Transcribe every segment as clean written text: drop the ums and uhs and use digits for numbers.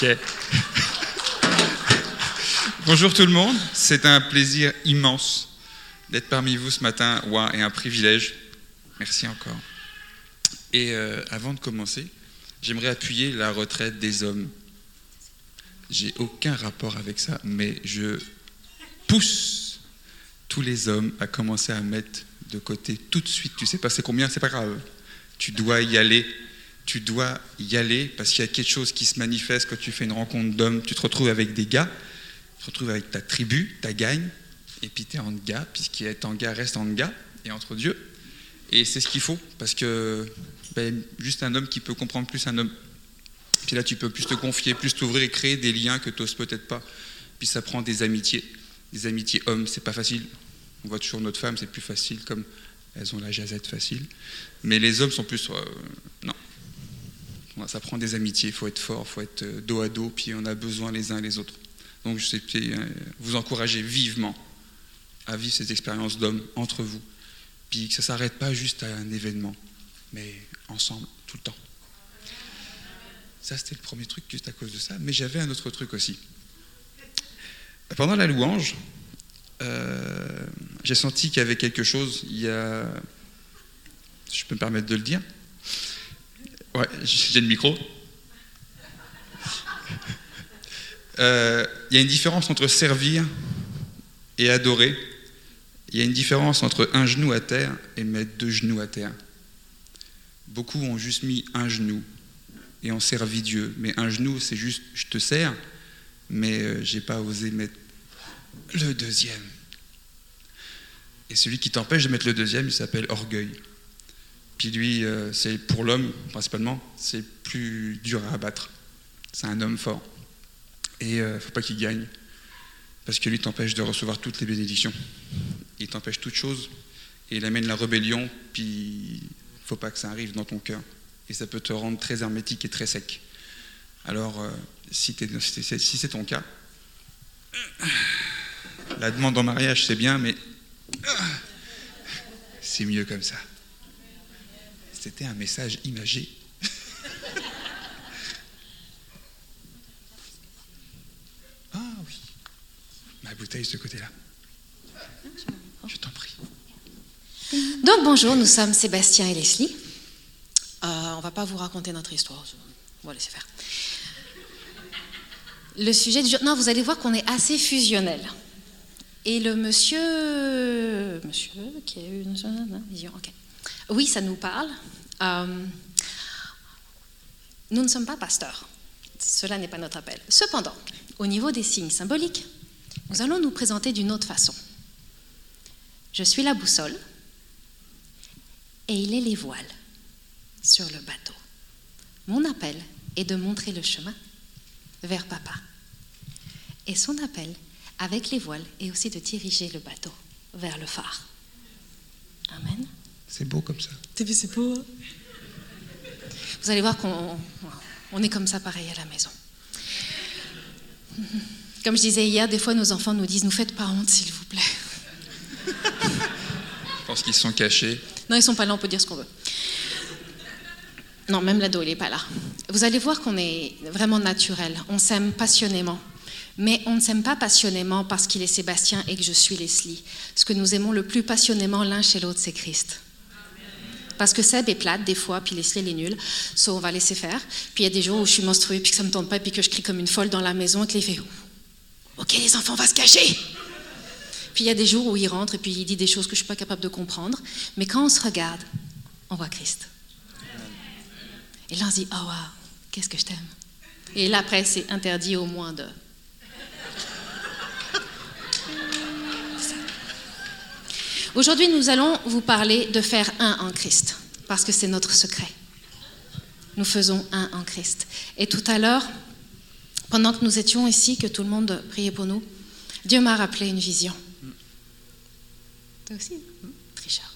Ok. Bonjour tout le monde, c'est un plaisir immense d'être parmi vous ce matin, et un privilège. Merci encore. Et avant de commencer, j'aimerais appuyer la retraite des hommes. J'ai aucun rapport avec ça, mais je pousse tous les hommes à commencer à mettre de côté tout de suite. Tu sais pas c'est combien, c'est pas grave. Tu dois y aller. Tu dois y aller parce qu'il y a quelque chose qui se manifeste quand tu fais une rencontre d'hommes. Tu te retrouves avec des gars, tu te retrouves avec ta tribu, ta gang, et puis tu es en gars, puisqu'il est en gars reste en gars, et entre Dieu. Et c'est ce qu'il faut, parce que juste un homme qui peut comprendre plus un homme. Puis là, tu peux plus te confier, plus t'ouvrir et créer des liens que tu n'oses peut-être pas. Puis ça prend des amitiés hommes, c'est pas facile. On voit toujours notre femme, c'est plus facile, comme elles ont la jazette facile. Mais les hommes sont plus... non. Ça prend des amitiés, il faut être fort, il faut être dos à dos, puis on a besoin les uns les autres. Donc je sais vous encourager vivement à vivre ces expériences d'hommes entre vous, puis que ça ne s'arrête pas juste à un événement, mais ensemble, tout le temps. Ça, c'était le premier truc, juste à cause de ça, mais j'avais un autre truc aussi. Pendant la louange, j'ai senti qu'il y avait quelque chose, si je peux me permettre de le dire. Ouais, j'ai le micro. Il y a une différence entre servir et adorer. Il y a une différence entre un genou à terre et mettre 2 genoux à terre. Beaucoup ont juste mis un genou et ont servi Dieu. Mais un genou, c'est juste, je te sers, mais j'ai pas osé mettre le deuxième. Et celui qui t'empêche de mettre le deuxième, il s'appelle orgueil. Puis lui, c'est pour l'homme, principalement, c'est plus dur à abattre. C'est un homme fort. Et il ne faut pas qu'il gagne, parce que lui t'empêche de recevoir toutes les bénédictions. Il t'empêche toutes choses, et il amène la rébellion, puis il ne faut pas que ça arrive dans ton cœur. Et ça peut te rendre très hermétique et très sec. Alors, si c'est ton cas, la demande en mariage, c'est bien, mais c'est mieux comme ça. C'était un message imagé. Ah oui, ma bouteille de ce côté-là. Je t'en prie. Donc bonjour, nous sommes Sébastien et Leslie. On ne va pas vous raconter notre histoire, on va laisser faire. Le sujet du jour, non, vous allez voir qu'on est assez fusionnel. Et le monsieur qui a eu une vision, ok. Oui, ça nous parle. Nous ne sommes pas pasteurs. Cela n'est pas notre appel. Cependant, au niveau des signes symboliques, nous allons nous présenter d'une autre façon. Je suis la boussole et il est les voiles sur le bateau. Mon appel est de montrer le chemin vers Papa. Et son appel, avec les voiles, est aussi de diriger le bateau vers le phare. Amen. C'est beau comme ça. C'est beau. Hein? Vous allez voir qu'on est comme ça pareil à la maison. Comme je disais hier, des fois nos enfants nous disent « Nous faites pas honte, s'il vous plaît. » Je pense qu'ils sont cachés. Non, ils sont pas là, on peut dire ce qu'on veut. Non, même l'ado, il est pas là. Vous allez voir qu'on est vraiment naturel. On s'aime passionnément. Mais on ne s'aime pas passionnément parce qu'il est Sébastien et que je suis Leslie. Ce que nous aimons le plus passionnément l'un chez l'autre, c'est Christ. Parce que Seb est plate des fois, puis Leslie elle est nulle, on va laisser faire. Puis il y a des jours où je suis menstruée, puis que ça me tente pas, puis que je crie comme une folle dans la maison, et que les fait « Ok, les enfants, on va se cacher !» Puis il y a des jours où il rentre, et puis il dit des choses que je suis pas capable de comprendre. Mais quand on se regarde, on voit Christ. Et là on se dit « Oh wow, qu'est-ce que je t'aime !» Et là après, c'est interdit au moins de... Aujourd'hui, nous allons vous parler de faire un en Christ, parce que c'est notre secret. Nous faisons un en Christ. Et tout à l'heure, pendant que nous étions ici, que tout le monde priait pour nous, Dieu m'a rappelé une vision. Toi aussi, tricheur.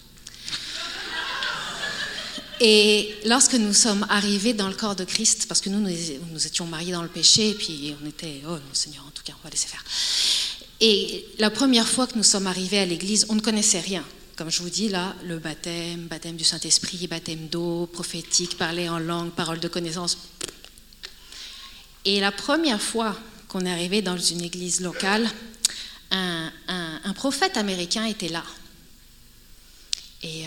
Et lorsque nous sommes arrivés dans le corps de Christ, parce que nous étions mariés dans le péché, et puis on était, oh non Seigneur, en tout cas, on va laisser faire. Et la première fois que nous sommes arrivés à l'église, on ne connaissait rien. Comme je vous dis là, le baptême du Saint-Esprit, baptême d'eau, prophétique, parler en langue, parole de connaissance. Et la première fois qu'on est arrivé dans une église locale, un prophète américain était là. Et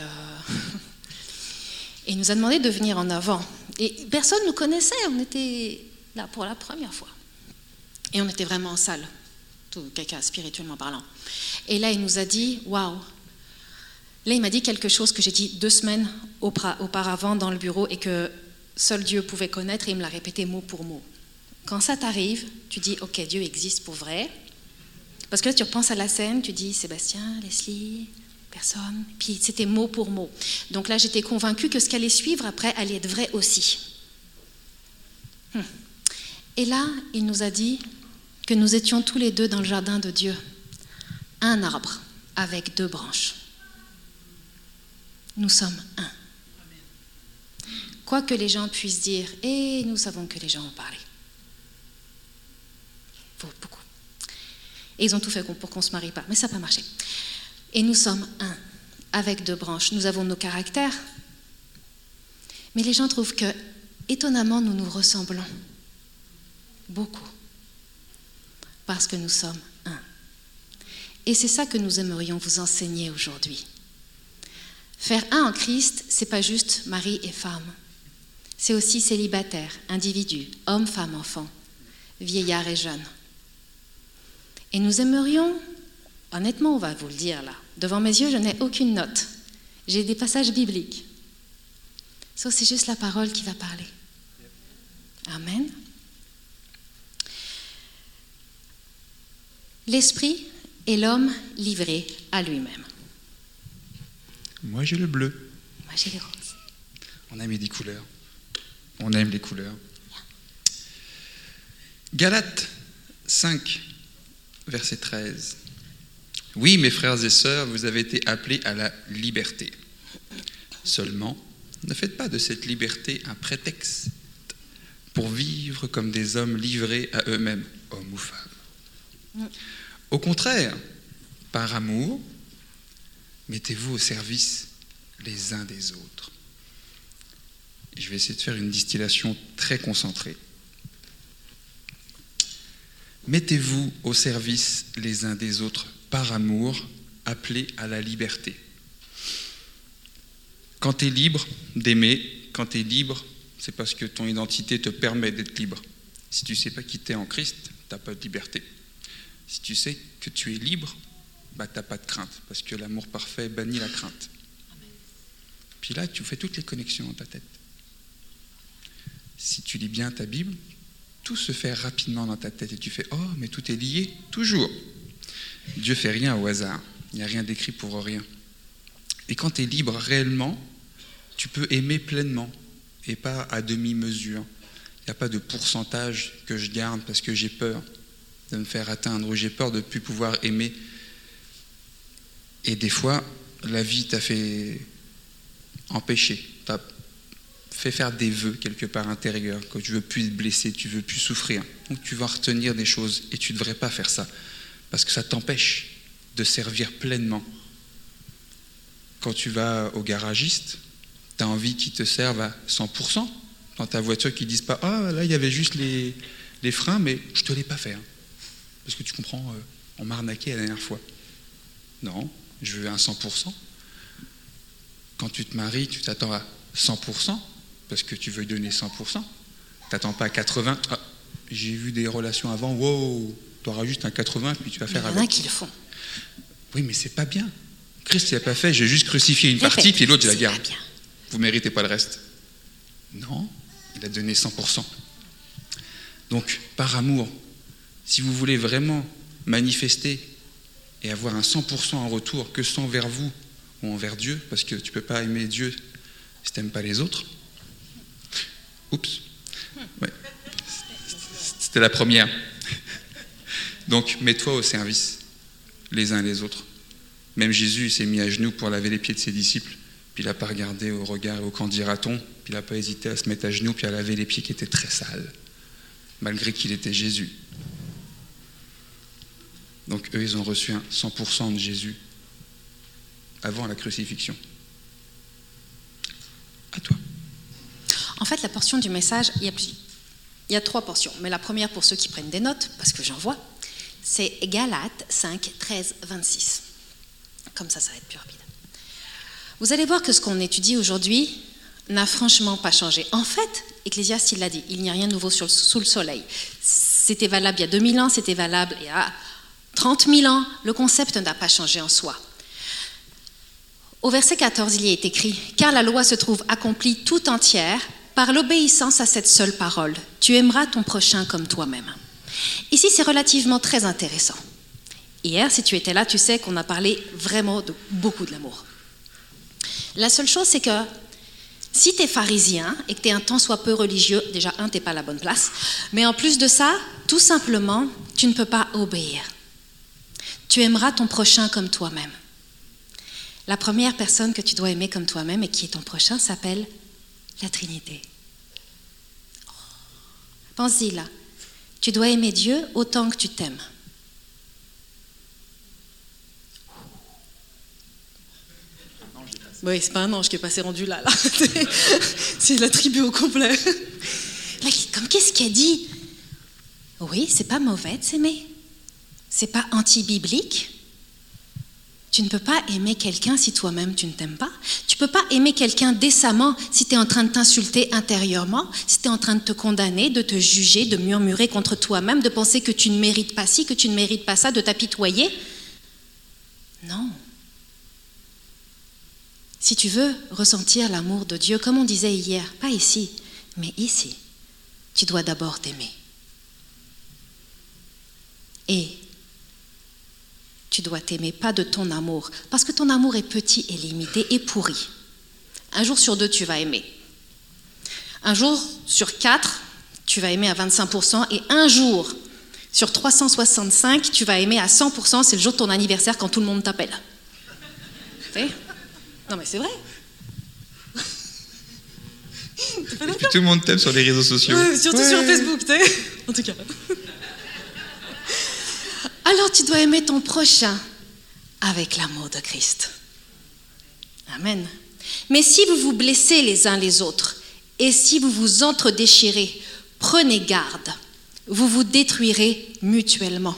il nous a demandé de venir en avant. Et personne ne nous connaissait, on était là pour la première fois. Et on était vraiment en salle, quelqu'un spirituellement parlant. Et là, il nous a dit, waouh. Là, il m'a dit quelque chose que j'ai dit 2 semaines auparavant dans le bureau et que seul Dieu pouvait connaître, et il me l'a répété mot pour mot. Quand ça t'arrive, tu dis, ok, Dieu existe pour vrai. Parce que là, tu repenses à la scène, tu dis, Sébastien, Leslie, personne. Puis c'était mot pour mot. Donc là, j'étais convaincue que ce qu'allait suivre après allait être vrai aussi. Et là, il nous a dit que nous étions tous les 2 dans le jardin de Dieu. Un arbre avec 2 branches. Nous sommes un. Quoi que les gens puissent dire, et nous savons que les gens ont parlé. Beaucoup. Et ils ont tout fait pour qu'on ne se marie pas, mais ça n'a pas marché. Et nous sommes un, avec 2 branches. Nous avons nos caractères, mais les gens trouvent que, étonnamment, nous nous ressemblons. Beaucoup. Parce que nous sommes un. Et c'est ça que nous aimerions vous enseigner aujourd'hui. Faire un en Christ, c'est pas juste mari et femme. C'est aussi célibataire, individu, homme, femme, enfant, vieillard et jeune. Et nous aimerions, honnêtement, on va vous le dire là, devant mes yeux, je n'ai aucune note. J'ai des passages bibliques. Ça, c'est juste la parole qui va parler. Amen. L'esprit est l'homme livré à lui-même. Moi, j'ai le bleu. Moi, j'ai les roses. On a mis des couleurs. On aime les couleurs. Galates 5, verset 13. Oui, mes frères et sœurs, vous avez été appelés à la liberté. Seulement, ne faites pas de cette liberté un prétexte pour vivre comme des hommes livrés à eux-mêmes, hommes ou femmes. Au contraire, par amour, mettez-vous au service les uns des autres. Et je vais essayer de faire une distillation très concentrée. Mettez-vous au service les uns des autres par amour, appelés à la liberté. Quand tu es libre d'aimer, quand tu es libre, c'est parce que ton identité te permet d'être libre. Si tu ne sais pas qui tu es en Christ, tu n'as pas de liberté. Si tu sais que tu es libre, tu n'as pas de crainte, parce que l'amour parfait bannit la crainte. Puis là, tu fais toutes les connexions dans ta tête. Si tu lis bien ta Bible, tout se fait rapidement dans ta tête et tu fais « Oh, mais tout est lié, toujours !» Dieu fait rien au hasard, il n'y a rien d'écrit pour rien. Et quand tu es libre réellement, tu peux aimer pleinement et pas à demi-mesure. Il n'y a pas de pourcentage que je garde parce que j'ai peur de me faire atteindre ou j'ai peur de ne plus pouvoir aimer. Et des fois, la vie t'a fait empêcher, t'a fait faire des vœux quelque part intérieurs, que tu ne veux plus être blessé, tu ne veux plus souffrir. Donc tu vas retenir des choses et tu ne devrais pas faire ça parce que ça t'empêche de servir pleinement. Quand tu vas au garagiste, tu as envie qu'il te serve à 100%. Dans ta voiture, qu'ils ne disent pas « Ah, là, il y avait juste les freins, mais je ne te l'ai pas fait. Hein. » Parce que tu comprends, on m'a arnaqué la dernière fois. Non, je veux un 100%. Quand tu te maries, tu t'attends à 100%, parce que tu veux donner 100%. Tu n'attends pas à 80%. Ah, j'ai vu des relations avant, wow, tu auras juste un 80%, puis tu vas faire avec. Il y en a qui le font. Oui, mais c'est pas bien. Christ, il n'a pas fait, j'ai juste crucifié une partie, puis l'autre, je la garde. Vous ne méritez pas le reste. Non, il a donné 100%. Donc, par amour, si vous voulez vraiment manifester et avoir un 100% en retour, que ce soit envers vous ou envers Dieu, parce que tu ne peux pas aimer Dieu si tu n'aimes pas les autres. Oups. Ouais. C'était la première. Donc, mets-toi au service, les uns les autres. Même Jésus, il s'est mis à genoux pour laver les pieds de ses disciples, puis il n'a pas regardé au regard, au qu'en dira-t-on, puis il n'a pas hésité à se mettre à genoux, puis à laver les pieds qui étaient très sales, malgré qu'il était Jésus. Donc eux, ils ont reçu un 100% de Jésus avant la crucifixion. À toi. En fait, la portion du message, il y a plus... Il y a 3 portions, mais la première pour ceux qui prennent des notes, parce que j'en vois, c'est Galates 5, 13, 26. Comme ça va être plus rapide. Vous allez voir que ce qu'on étudie aujourd'hui n'a franchement pas changé. En fait, Ecclésiaste, il l'a dit, il n'y a rien de nouveau sous le soleil. C'était valable il y a 2000 ans, c'était valable il y a 30 000 ans. Le concept n'a pas changé en soi. Au verset 14, il y est écrit « Car la loi se trouve accomplie tout entière par l'obéissance à cette seule parole. Tu aimeras ton prochain comme toi-même. » Ici, c'est relativement très intéressant. Hier, si tu étais là, tu sais qu'on a parlé vraiment de beaucoup de l'amour. La seule chose, c'est que si tu es pharisien et que tu es un tant soit peu religieux, déjà, tu n'es pas à la bonne place, mais en plus de ça, tout simplement, tu ne peux pas obéir. Tu aimeras ton prochain comme toi-même. La première personne que tu dois aimer comme toi-même et qui est ton prochain s'appelle la Trinité. Pense-y là. Tu dois aimer Dieu autant que tu t'aimes. Oui, c'est pas un ange qui est passé rendu là. C'est la tribu au complet. Là, comme qu'est-ce qu'elle dit? Oui, c'est pas mauvais de s'aimer. C'est pas anti-biblique. Tu ne peux pas aimer quelqu'un si toi-même tu ne t'aimes pas. Tu ne peux pas aimer quelqu'un décemment si tu es en train de t'insulter intérieurement, si tu es en train de te condamner, de te juger, de murmurer contre toi-même, de penser que tu ne mérites pas ci, que tu ne mérites pas ça, de t'apitoyer. Non. Si tu veux ressentir l'amour de Dieu, comme on disait hier, pas ici, mais ici, tu dois d'abord t'aimer. Et tu dois t'aimer, pas de ton amour, parce que ton amour est petit et limité et pourri. Un jour sur 2, tu vas aimer. Un jour sur 4, tu vas aimer à 25%, et un jour sur 365, tu vas aimer à 100%, c'est le jour de ton anniversaire quand tout le monde t'appelle. Non mais c'est vrai. Et puis tout le monde t'aime sur les réseaux sociaux. Ouais, surtout sur Facebook, tu sais. En tout cas. Alors tu dois aimer ton prochain avec l'amour de Christ. Amen. Mais si vous vous blessez les uns les autres et si vous vous entre-déchirez, prenez garde. Vous vous détruirez mutuellement.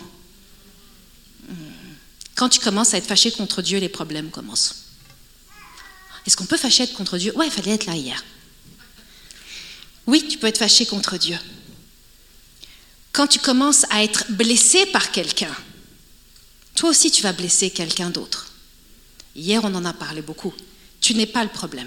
Quand tu commences à être fâché contre Dieu, les problèmes commencent. Est-ce qu'on peut fâcher être contre Dieu? Ouais, il fallait être là hier. Oui, tu peux être fâché contre Dieu. Quand tu commences à être blessé par quelqu'un, toi aussi tu vas blesser quelqu'un d'autre. Hier, on en a parlé beaucoup. Tu n'es pas le problème.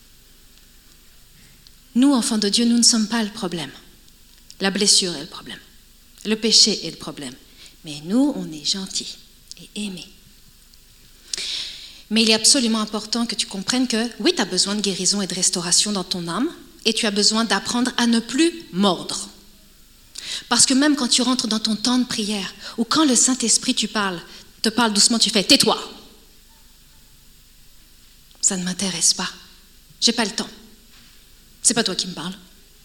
Nous, enfants de Dieu, nous ne sommes pas le problème. La blessure est le problème. Le péché est le problème. Mais nous, on est gentils et aimés. Mais il est absolument important que tu comprennes que, oui, tu as besoin de guérison et de restauration dans ton âme, et tu as besoin d'apprendre à ne plus mordre. Parce que même quand tu rentres dans ton temps de prière, ou quand le Saint-Esprit te parle doucement, tu fais « tais-toi ». Ça ne m'intéresse pas. J'ai pas le temps. C'est pas toi qui me parles.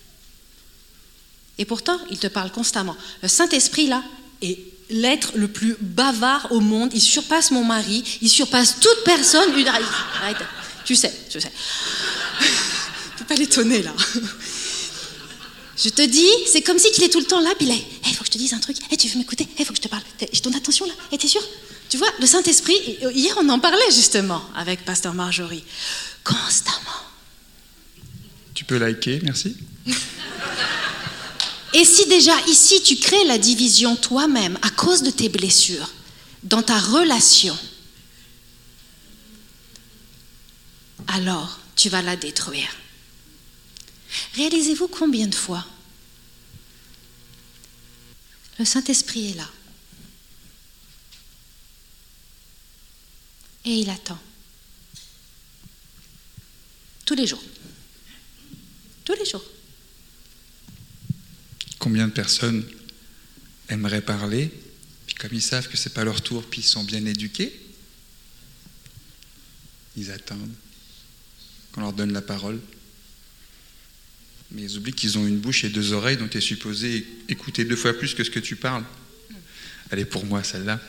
Et pourtant, il te parle constamment. Le Saint-Esprit, là, est l'être le plus bavard au monde. Il surpasse mon mari, il surpasse toute personne. Arrête. Tu sais. Tu peux pas l'étonner, là. Je te dis, c'est comme si qu'il est tout le temps là, puis là, il faut que je te dise un truc, tu veux m'écouter, il faut que je te parle, j'ai ton attention là, t'es sûr? Tu vois, le Saint-Esprit, hier on en parlait justement avec Pasteur Marjorie, constamment. Tu peux liker, merci. Et si déjà ici tu crées la division toi-même à cause de tes blessures, dans ta relation, alors tu vas la détruire. Réalisez-vous combien de fois le Saint-Esprit est là et il attend tous les jours. Tous les jours. Combien de personnes aimeraient parler, puis comme ils savent que c'est pas leur tour, puis ils sont bien éduqués, ils attendent qu'on leur donne la parole. Mais ils oublient qu'ils ont une bouche et 2 oreilles, donc tu es supposé écouter 2 fois plus que ce que tu parles. Elle est pour moi, celle-là.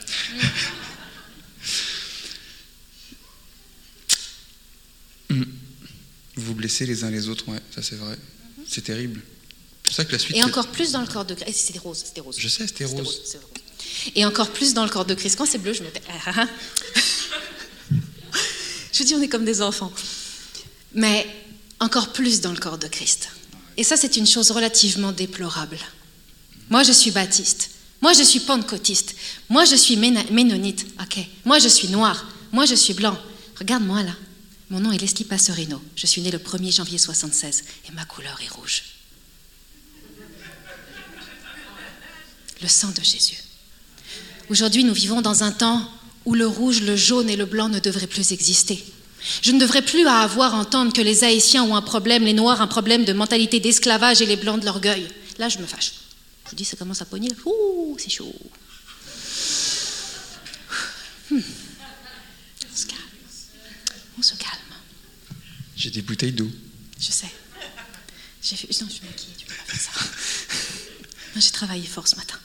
Vous vous blessez les uns les autres, ouais, ça c'est vrai. C'est terrible. pour ça que la suite... Et encore plus dans le corps de Christ. C'était rose, c'était rose. Je sais, c'était rose. Et encore plus dans le corps de Christ. Quand c'est bleu, je me dis... Je vous dis, on est comme des enfants. Mais encore plus dans le corps de Christ. Et ça, c'est une chose relativement déplorable. Moi, je suis baptiste. Moi, je suis pentecôtiste. Moi, je suis ménonite. Ok. Moi, je suis noir. Moi, je suis blanc. Regarde-moi là. Mon nom est Leslie Passerino. Je suis née le 1er janvier 1976 et ma couleur est rouge. Le sang de Jésus. Aujourd'hui, nous vivons dans un temps où le rouge, le jaune et le blanc ne devraient plus exister. Je ne devrais plus avoir à entendre que les Haïtiens ont un problème, les Noirs un problème de mentalité d'esclavage et les Blancs de l'orgueil. Là, je me fâche. Je vous dis, ça commence à pogner. Ouh, c'est chaud. On se calme. On se calme. J'ai des bouteilles d'eau. Je sais. Non, je m'inquiète, tu peux pas faire ça. Non, j'ai travaillé fort ce matin.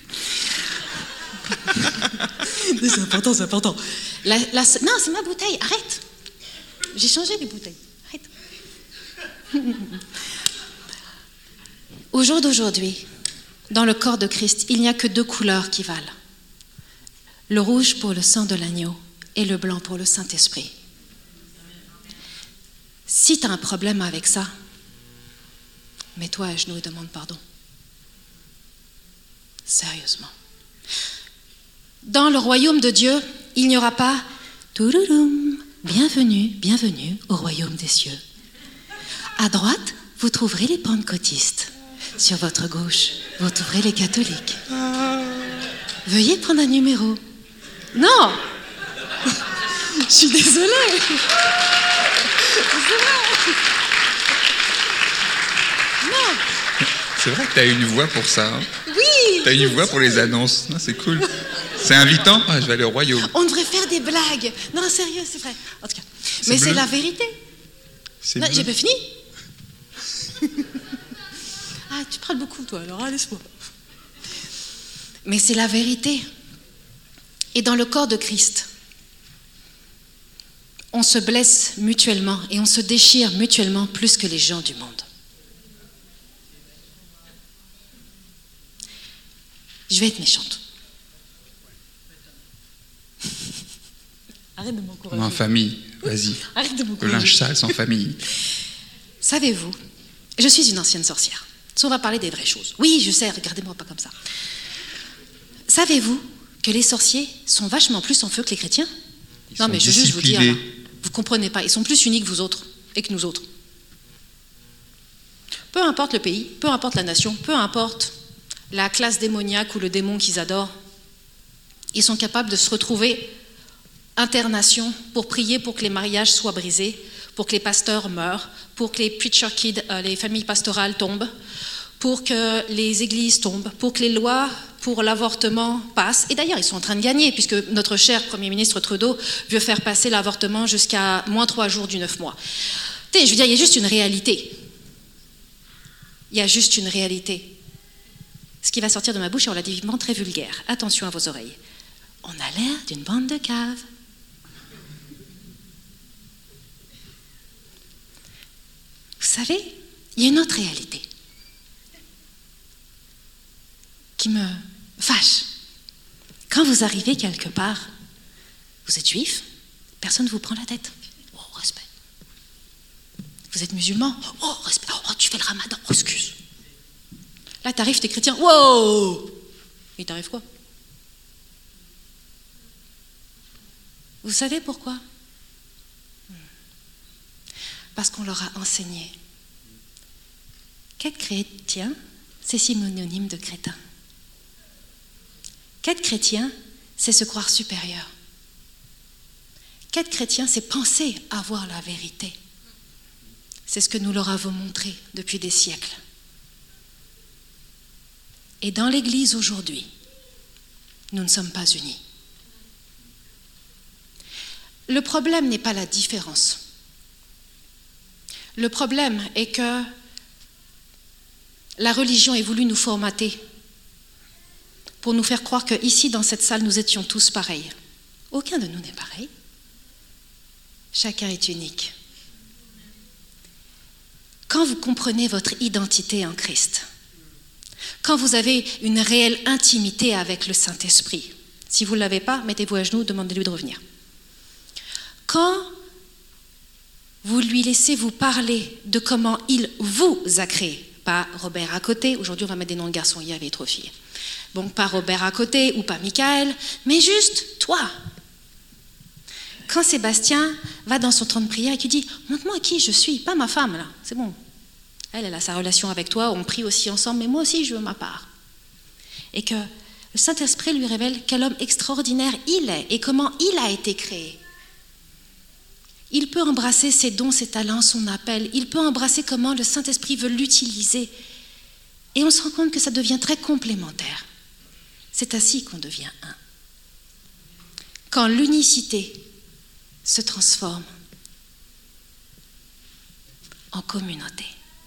C'est important, c'est important. Non, c'est ma bouteille, arrête. J'ai changé les bouteilles, arrête. Au jour d'aujourd'hui, dans le corps de Christ, il n'y a que 2 couleurs qui valent. Le rouge pour le sang de l'agneau et le blanc pour le Saint-Esprit. Si tu as un problème avec ça, mets-toi à genoux et demande pardon. Sérieusement. Dans le royaume de Dieu, il n'y aura pas « Toulouloum, bienvenue, bienvenue au royaume des cieux ». À droite, vous trouverez les pentecôtistes. Sur votre gauche, vous trouverez les catholiques. Veuillez prendre un numéro. Non. Je suis désolée. Non. C'est vrai que tu as une voix pour ça. Hein? Oui. Tu as une voix pour les annonces. Non, c'est cool. C'est invitant. Ah, je vais aller au royaume. On devrait faire des blagues. Non, sérieux, c'est vrai. En tout cas. Mais bleu. C'est la vérité. Non, j'ai pas fini. Ah, tu parles beaucoup, toi, alors laisse-moi. Mais c'est la vérité. Et dans le corps de Christ, on se blesse mutuellement et on se déchire mutuellement plus que les gens du monde. Je vais être méchante. Arrête de m'encourager. En famille, vas-y. Arrête de Le m'encourager. linge sale sans famille. Savez-vous, je suis une ancienne sorcière. So, on va parler des vraies choses. Oui, je sais, regardez-moi pas comme ça. Savez-vous que les sorciers sont vachement plus en feu que les chrétiens? Non, mais je vous dis, hein, vous comprenez pas. Ils sont plus unis que vous autres et que nous autres. Peu importe le pays, peu importe la nation, peu importe la classe démoniaque ou le démon qu'ils adorent, ils sont capables de se retrouver internations pour prier pour que les mariages soient brisés, pour que les pasteurs meurent, pour que les preacher kids, les familles pastorales tombent, pour que les églises tombent, pour que les lois pour l'avortement passent. Et d'ailleurs, ils sont en train de gagner, puisque notre cher Premier ministre Trudeau veut faire passer l'avortement jusqu'à moins 3 jours du 9 mois. Je veux dire, il y a juste une réalité. Il y a juste une réalité. Ce qui va sortir de ma bouche est relativement très vulgaire. Attention à vos oreilles. On a l'air d'une bande de caves. Vous savez, il y a une autre réalité qui me fâche. Quand vous arrivez quelque part, vous êtes juif, personne ne vous prend la tête. Oh, respect. Vous êtes musulman, oh, respect. Oh, tu fais le ramadan, oh, excuse. Là, t'arrives, t'es chrétien, wow. Il t'arrive quoi? Vous savez pourquoi? Parce qu'on leur a enseigné qu'être chrétien, c'est synonyme de crétin. Qu'être chrétien, c'est se croire supérieur. Qu'être chrétien, c'est penser avoir la vérité. C'est ce que nous leur avons montré depuis des siècles. Et dans l'Église aujourd'hui, nous ne sommes pas unis. Le problème n'est pas la différence. Le problème est que la religion ait voulu nous formater pour nous faire croire qu'ici, dans cette salle, nous étions tous pareils. Aucun de nous n'est pareil. Chacun est unique. Quand vous comprenez votre identité en Christ, Quand vous avez une réelle intimité avec le Saint-Esprit. Si vous ne l'avez pas, mettez-vous à genoux, demandez-lui de revenir. Quand vous lui laissez vous parler de comment il vous a créé, pas Robert à côté, aujourd'hui on va mettre des noms de garçons, il y avait trop de filles. Bon, pas Robert à côté ou pas Michael, mais juste toi. Quand Sébastien va dans son temps de prière et qu'il dit « Montre-moi qui je suis, pas ma femme là, c'est bon. Elle a sa relation avec toi, on prie aussi ensemble, mais moi aussi je veux ma part. » Et que le Saint-Esprit lui révèle quel homme extraordinaire il est et comment il a été créé. Il peut embrasser ses dons, ses talents, son appel. Il peut embrasser comment le Saint-Esprit veut l'utiliser. Et on se rend compte que ça devient très complémentaire. C'est ainsi qu'on devient un. Quand l'unicité se transforme en communauté.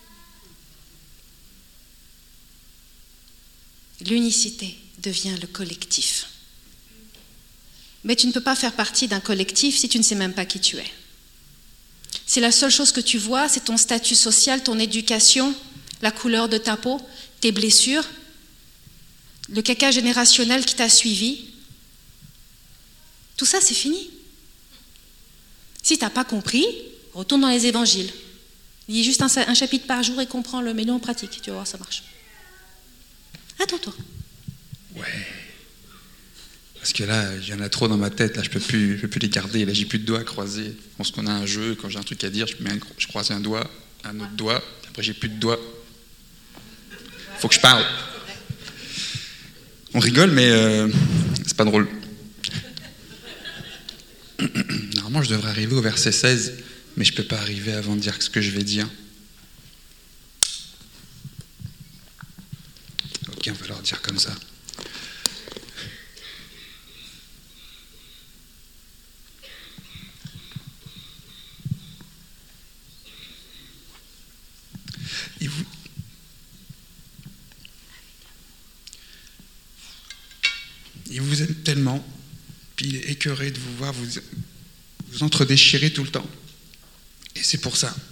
L'unicité devient le collectif. Mais tu ne peux pas faire partie d'un collectif si tu ne sais même pas qui tu es. Si la seule chose que tu vois, c'est ton statut social, ton éducation, la couleur de ta peau, tes blessures, le caca générationnel qui t'a suivi, tout ça, c'est fini. Si tu n'as pas compris, retourne dans les évangiles. Lis juste un chapitre par jour et comprends-le, mets-le en pratique, tu vas voir, ça marche. Attends-toi. Ouais. Parce que là, il y en a trop dans ma tête, là, je peux plus les garder, là, j'ai plus de doigts à croiser. Je pense qu'on a un jeu, quand j'ai un truc à dire, je croise un doigt, un autre doigt, après j'ai plus de doigts. Faut que je parle. On rigole, mais c'est pas drôle. Normalement, je devrais arriver au verset 16, mais je peux pas arriver avant de dire ce que je vais dire. Ok, on va leur dire comme ça. Il vous aime tellement, puis il est écœuré de vous voir vous entre-déchirer tout le temps. Et c'est pour ça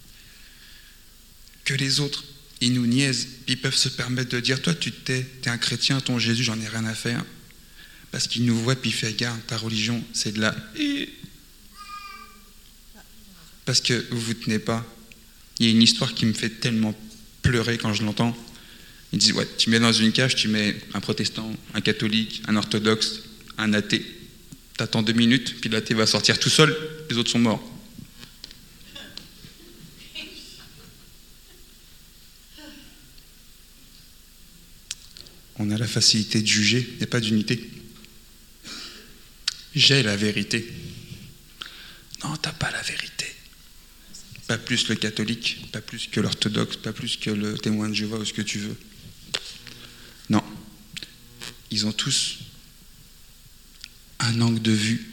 que les autres, ils nous niaisent, puis ils peuvent se permettre de dire « Toi, tu t'es un chrétien, ton Jésus, j'en ai rien à faire. » Parce qu'il nous voit, puis il fait « Garde, ta religion, c'est de la... » Parce que vous vous tenez pas. Il y a une histoire qui me fait tellement pleurer quand je l'entends. Ils disent, ouais, tu mets dans une cage, tu mets un protestant, un catholique, un orthodoxe, un athée. T'attends 2 minutes, puis l'athée va sortir tout seul, les autres sont morts. On a la facilité de juger, il n'y a pas d'unité. J'ai la vérité. Non, t'as pas la vérité. Pas plus le catholique, pas plus que l'orthodoxe, pas plus que le témoin de Jéhovah ou ce que tu veux. Non. Ils ont tous un angle de vue.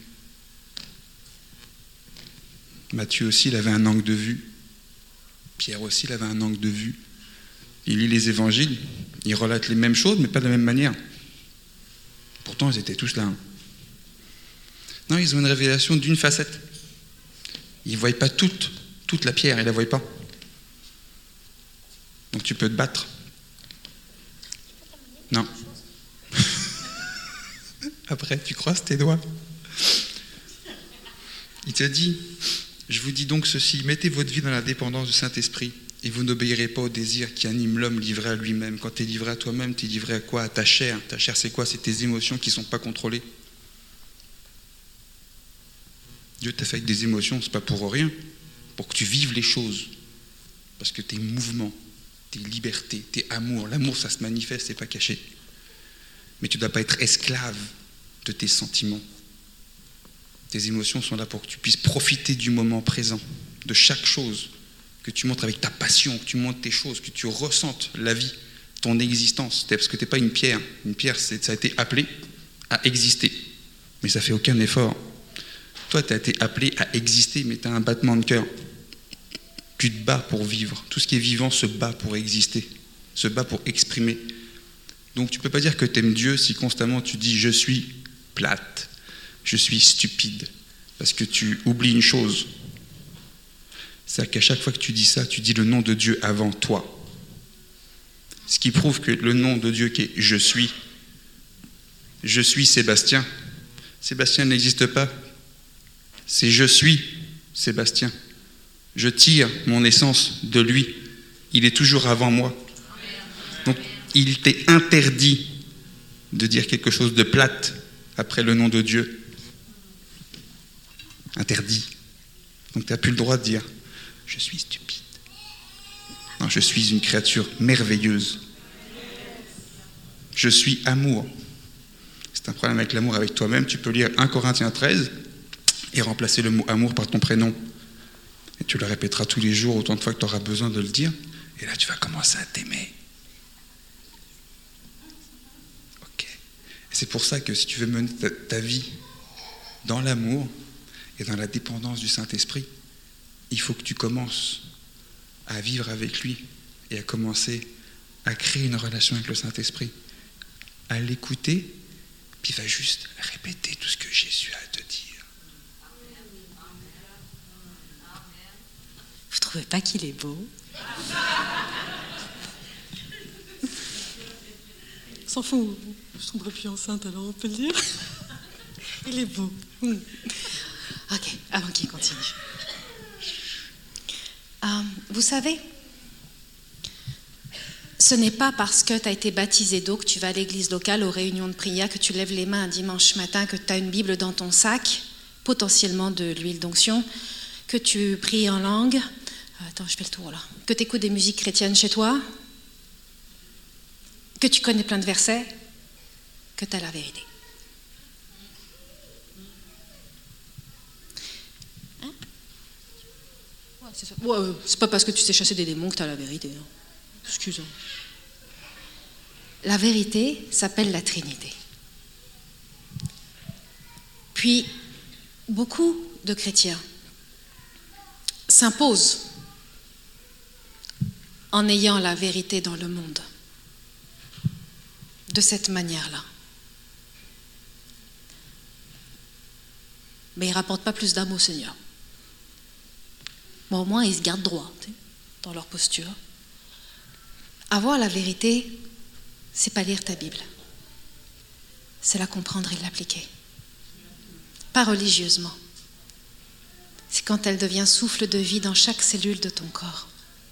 Matthieu aussi, il avait un angle de vue. Pierre aussi, il avait un angle de vue. Il lit les évangiles, il relate les mêmes choses, mais pas de la même manière. Pourtant, ils étaient tous là. Non, ils ont une révélation d'une facette. Ils ne voient pas toute la pierre, ils ne la voient pas. Donc tu peux te battre. Non. Après, tu croises tes doigts. Il te dit, je vous dis donc ceci, mettez votre vie dans la dépendance du Saint-Esprit et vous n'obéirez pas au désir qui anime l'homme livré à lui-même. Quand tu es livré à toi-même, tu es livré à quoi? À ta chair. Ta chair, c'est quoi? C'est tes émotions qui ne sont pas contrôlées. Dieu t'a fait avec des émotions, c'est pas pour rien. Pour que tu vives les choses. Parce que tes mouvements, tes libertés, tes amours, l'amour, ça se manifeste, c'est pas caché. Mais tu ne dois pas être esclave de tes sentiments. Tes émotions sont là pour que tu puisses profiter du moment présent, de chaque chose, que tu montres avec ta passion, que tu montres tes choses, que tu ressentes la vie, ton existence. Parce que tu n'es pas une pierre. Une pierre, ça a été appelé à exister. Mais ça ne fait aucun effort. Toi, tu as été appelé à exister, mais tu as un battement de cœur. Tu te bats pour vivre. Tout ce qui est vivant se bat pour exister, se bat pour exprimer. Donc tu ne peux pas dire que tu aimes Dieu si constamment tu dis « je suis plate, je suis stupide », parce que tu oublies une chose. C'est qu'à chaque fois que tu dis ça, tu dis le nom de Dieu avant toi. Ce qui prouve que le nom de Dieu qui est « Je suis Sébastien ». Sébastien n'existe pas. C'est « Je suis Sébastien ». Je tire mon essence de lui. Il est toujours avant moi. Donc, il t'est interdit de dire quelque chose de plate après le nom de Dieu. Interdit. Donc, tu n'as plus le droit de dire « Je suis stupide ». Non, je suis une créature merveilleuse. Je suis amour. C'est un problème avec l'amour avec toi-même. Tu peux lire 1 Corinthiens 13 et remplacer le mot amour par ton prénom. Et tu le répéteras tous les jours, autant de fois que tu auras besoin de le dire. Et là, tu vas commencer à t'aimer. Ok. Et c'est pour ça que si tu veux mener ta vie dans l'amour et dans la dépendance du Saint-Esprit, il faut que tu commences à vivre avec lui et à commencer à créer une relation avec le Saint-Esprit, à l'écouter, puis il va juste répéter tout ce que Jésus a à te dire. Vous trouvez pas qu'il est beau? On s'en fout, je tomberai plus enceinte, alors on peut le dire. Il est beau. Ok, avant qu'il continue. Vous savez, ce n'est pas parce que tu as été baptisé d'eau, que tu vas à l'église locale, aux réunions de prière, que tu lèves les mains un dimanche matin, que tu as une Bible dans ton sac, potentiellement de l'huile d'onction, que tu pries en langue. Attends, je fais le tour là. Que tu écoutes des musiques chrétiennes chez toi, que tu connais plein de versets, que tu as la vérité. Hein? Ouais, c'est ça. Ouais, c'est pas parce que tu sais chasser des démons que tu as la vérité. Hein. Excuse-moi. La vérité s'appelle la Trinité. Puis, beaucoup de chrétiens s'imposent en ayant la vérité dans le monde, de cette manière-là. Mais ils ne rapportent pas plus d'âme au Seigneur. Bon, au moins, ils se gardent droit dans leur posture. Avoir la vérité, c'est pas lire ta Bible. C'est la comprendre et l'appliquer. Pas religieusement. C'est quand elle devient souffle de vie dans chaque cellule de ton corps.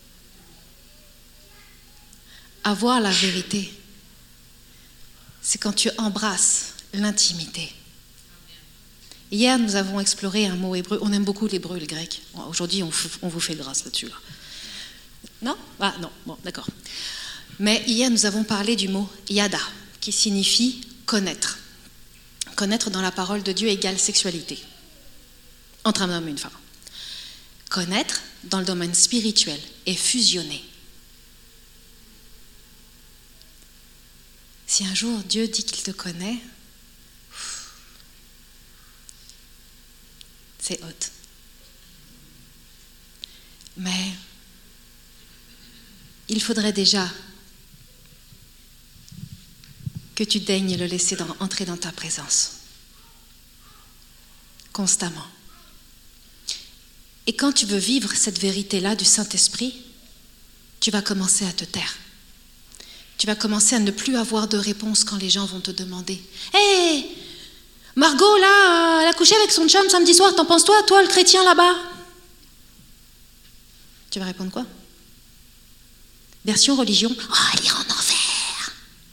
Avoir la vérité, c'est quand tu embrasses l'intimité. Hier, nous avons exploré un mot hébreu. On aime beaucoup l'hébreu et le grec. Bon, aujourd'hui, on vous fait grâce là-dessus. Là. Non? Ah non, bon, d'accord. Mais hier, nous avons parlé du mot yada, qui signifie connaître. Connaître dans la parole de Dieu égale sexualité, entre un homme et une femme. Connaître dans le domaine spirituel est fusionner. Si un jour Dieu dit qu'il te connaît, c'est haute. Mais il faudrait déjà que tu daignes le laisser entrer dans ta présence, constamment. Et quand tu veux vivre cette vérité-là du Saint-Esprit, tu vas commencer à te taire. Tu vas commencer à ne plus avoir de réponse quand les gens vont te demander « Hé, Margot, là, elle a couché avec son chum samedi soir, t'en penses toi, le chrétien là-bas ?» Tu vas répondre quoi? Version religion, « Oh, elle ira en enfer !»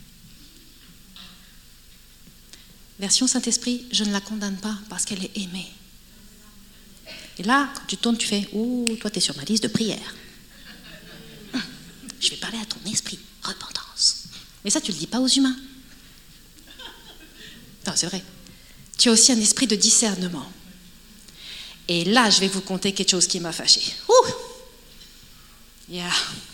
Version Saint-Esprit, je ne la condamne pas parce qu'elle est aimée. Et là, quand tu tournes, tu fais « Oh, toi, t'es sur ma liste de prière. Je vais parler à ton esprit, repentance. » Mais ça, tu ne le dis pas aux humains. Non, c'est vrai. Tu as aussi un esprit de discernement. Et là, je vais vous conter quelque chose qui m'a fâchée. Ouh! Yeah.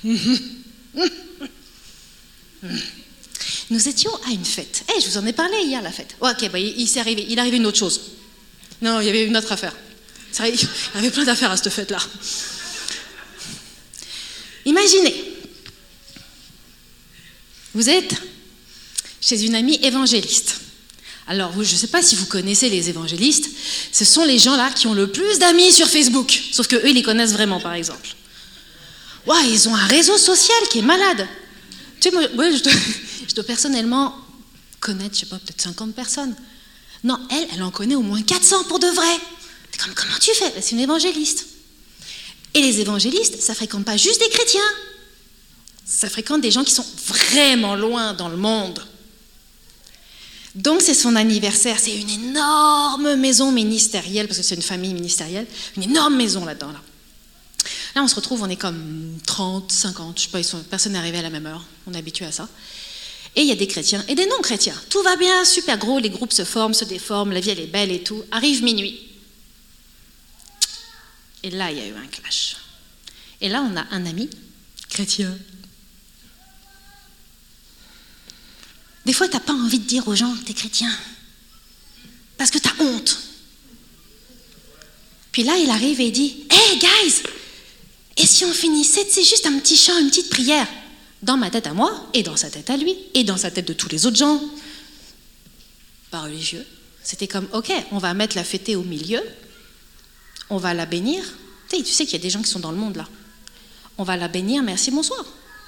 Nous étions à une fête. Je vous en ai parlé hier, la fête. Ok, il arrivait une autre chose. Non, il y avait une autre affaire. C'est vrai, il y avait plein d'affaires à cette fête-là. Imaginez, vous êtes chez une amie évangéliste. Alors, je ne sais pas si vous connaissez les évangélistes, ce sont les gens-là qui ont le plus d'amis sur Facebook. Sauf qu'eux, ils les connaissent vraiment, par exemple. Ouais, ils ont un réseau social qui est malade. Tu sais, moi je dois personnellement connaître, je sais pas, peut-être 50 personnes. Non, elle en connaît au moins 400 pour de vrai. Comment tu fais? C'est une évangéliste. Et les évangélistes, ça fréquente pas juste des chrétiens. Ça fréquente des gens qui sont vraiment loin dans le monde. Donc c'est son anniversaire, c'est une énorme maison ministérielle, parce que c'est une famille ministérielle, une énorme maison là-dedans. Là on se retrouve, on est comme 30, 50, je sais pas, personne n'est arrivé à la même heure, on est habitué à ça. Et il y a des chrétiens et des non-chrétiens. Tout va bien, super gros, les groupes se forment, se déforment, la vie elle est belle et tout. Arrive minuit. Et là il y a eu un clash. Et là on a un ami chrétien. Des fois, tu n'as pas envie de dire aux gens que tu es chrétien. Parce que tu as honte. Puis là, il arrive et il dit « Hey, guys! Et si on finissait, c'est juste un petit chant, une petite prière ?» Dans ma tête à moi, et dans sa tête à lui, et dans sa tête de tous les autres gens. Pas religieux. C'était comme « Ok, on va mettre la fêtée au milieu. On va la bénir. » Tu sais qu'il y a des gens qui sont dans le monde, là. On va la bénir, merci, bonsoir.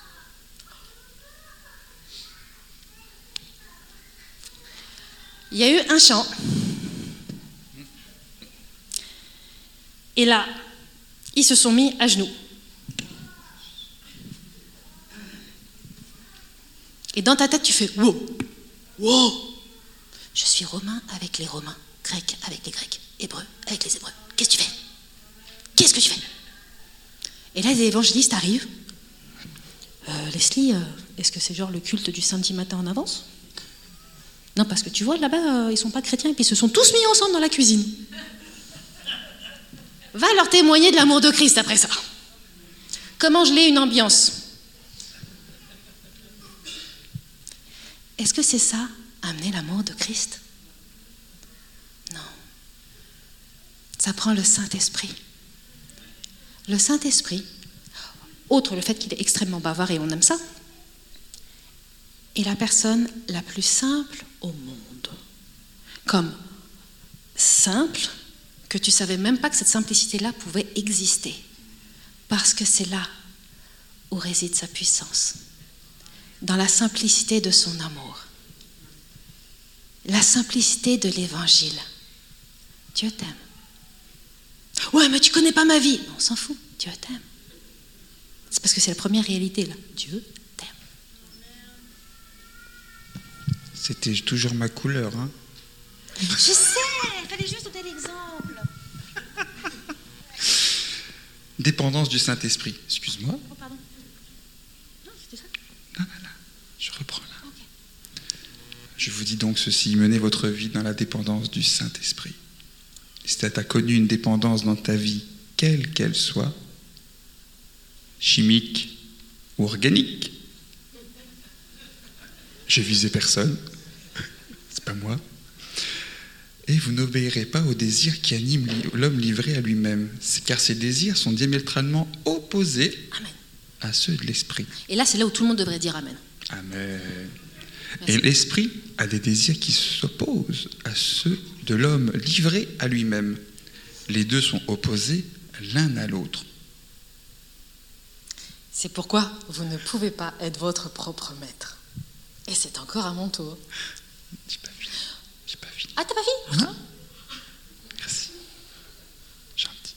Il y a eu un chant. Et là, ils se sont mis à genoux. Et dans ta tête, tu fais « Wow, wow, je suis romain avec les Romains, grec avec les Grecs, hébreu avec les Hébreux. Qu'est-ce que tu fais? Qu'est-ce que tu fais ?» Et là, les évangélistes arrivent. Leslie, est-ce que c'est genre le culte du samedi matin en avance? Non, parce que tu vois, là-bas, ils sont pas chrétiens et puis ils se sont tous mis ensemble dans la cuisine. Va leur témoigner de l'amour de Christ après ça. Comment geler une ambiance? Est-ce que c'est ça, amener l'amour de Christ? Non. Ça prend le Saint-Esprit. Le Saint-Esprit, outre le fait qu'il est extrêmement bavard et on aime ça, est la personne la plus simple au monde. Comme simple, que tu ne savais même pas que cette simplicité-là pouvait exister. Parce que c'est là où réside sa puissance. Dans la simplicité de son amour. La simplicité de l'Évangile. Dieu t'aime. Ouais, mais tu ne connais pas ma vie. On s'en fout, Dieu t'aime. C'est parce que c'est la première réalité, là. Dieu t'aime. C'était toujours ma couleur, hein. Je sais, il fallait juste donner l'exemple. Dépendance du Saint-Esprit. Excuse-moi. Oh, pardon. Non, c'était ça. Non, je reprends là. Okay. Je vous dis donc ceci, menez votre vie dans la dépendance du Saint-Esprit. Si tu as connu une dépendance dans ta vie, quelle qu'elle soit, chimique ou organique, je visais personne, c'est pas moi, et vous n'obéirez pas aux désirs qui animent l'homme livré à lui-même, car ces désirs sont diamétralement opposés Amen. À ceux de l'esprit. Et là, c'est là où tout le monde devrait dire Amen. Amen. Merci. Et l'esprit a des désirs qui s'opposent à ceux de l'homme livré à lui-même. Les deux sont opposés l'un à l'autre. C'est pourquoi vous ne pouvez pas être votre propre maître. Et c'est encore à mon tour. J'ai pas fini. Ah, t'as pas fini? Non. Merci. Gentil.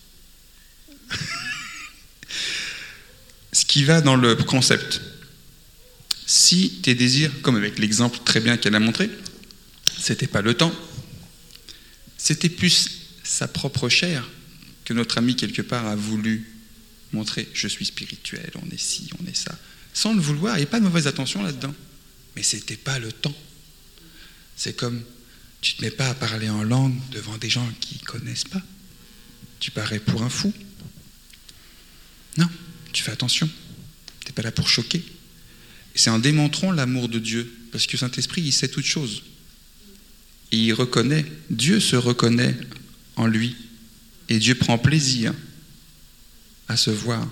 Ce qui va dans le concept. Si tes désirs, comme avec l'exemple très bien qu'elle a montré, c'était pas le temps, c'était plus sa propre chair que notre ami quelque part a voulu montrer. Je suis spirituel, on est ci, on est ça. Sans le vouloir, il n'y a pas de mauvaise attention là-dedans. Mais c'était pas le temps. C'est comme, tu ne te mets pas à parler en langue devant des gens qui ne connaissent pas. Tu parais pour un fou. Non, tu fais attention. Tu n'es pas là pour choquer. Et c'est en démontrant l'amour de Dieu, parce que le Saint-Esprit, il sait toutes choses. Et il reconnaît, Dieu se reconnaît en lui. Et Dieu prend plaisir à se voir.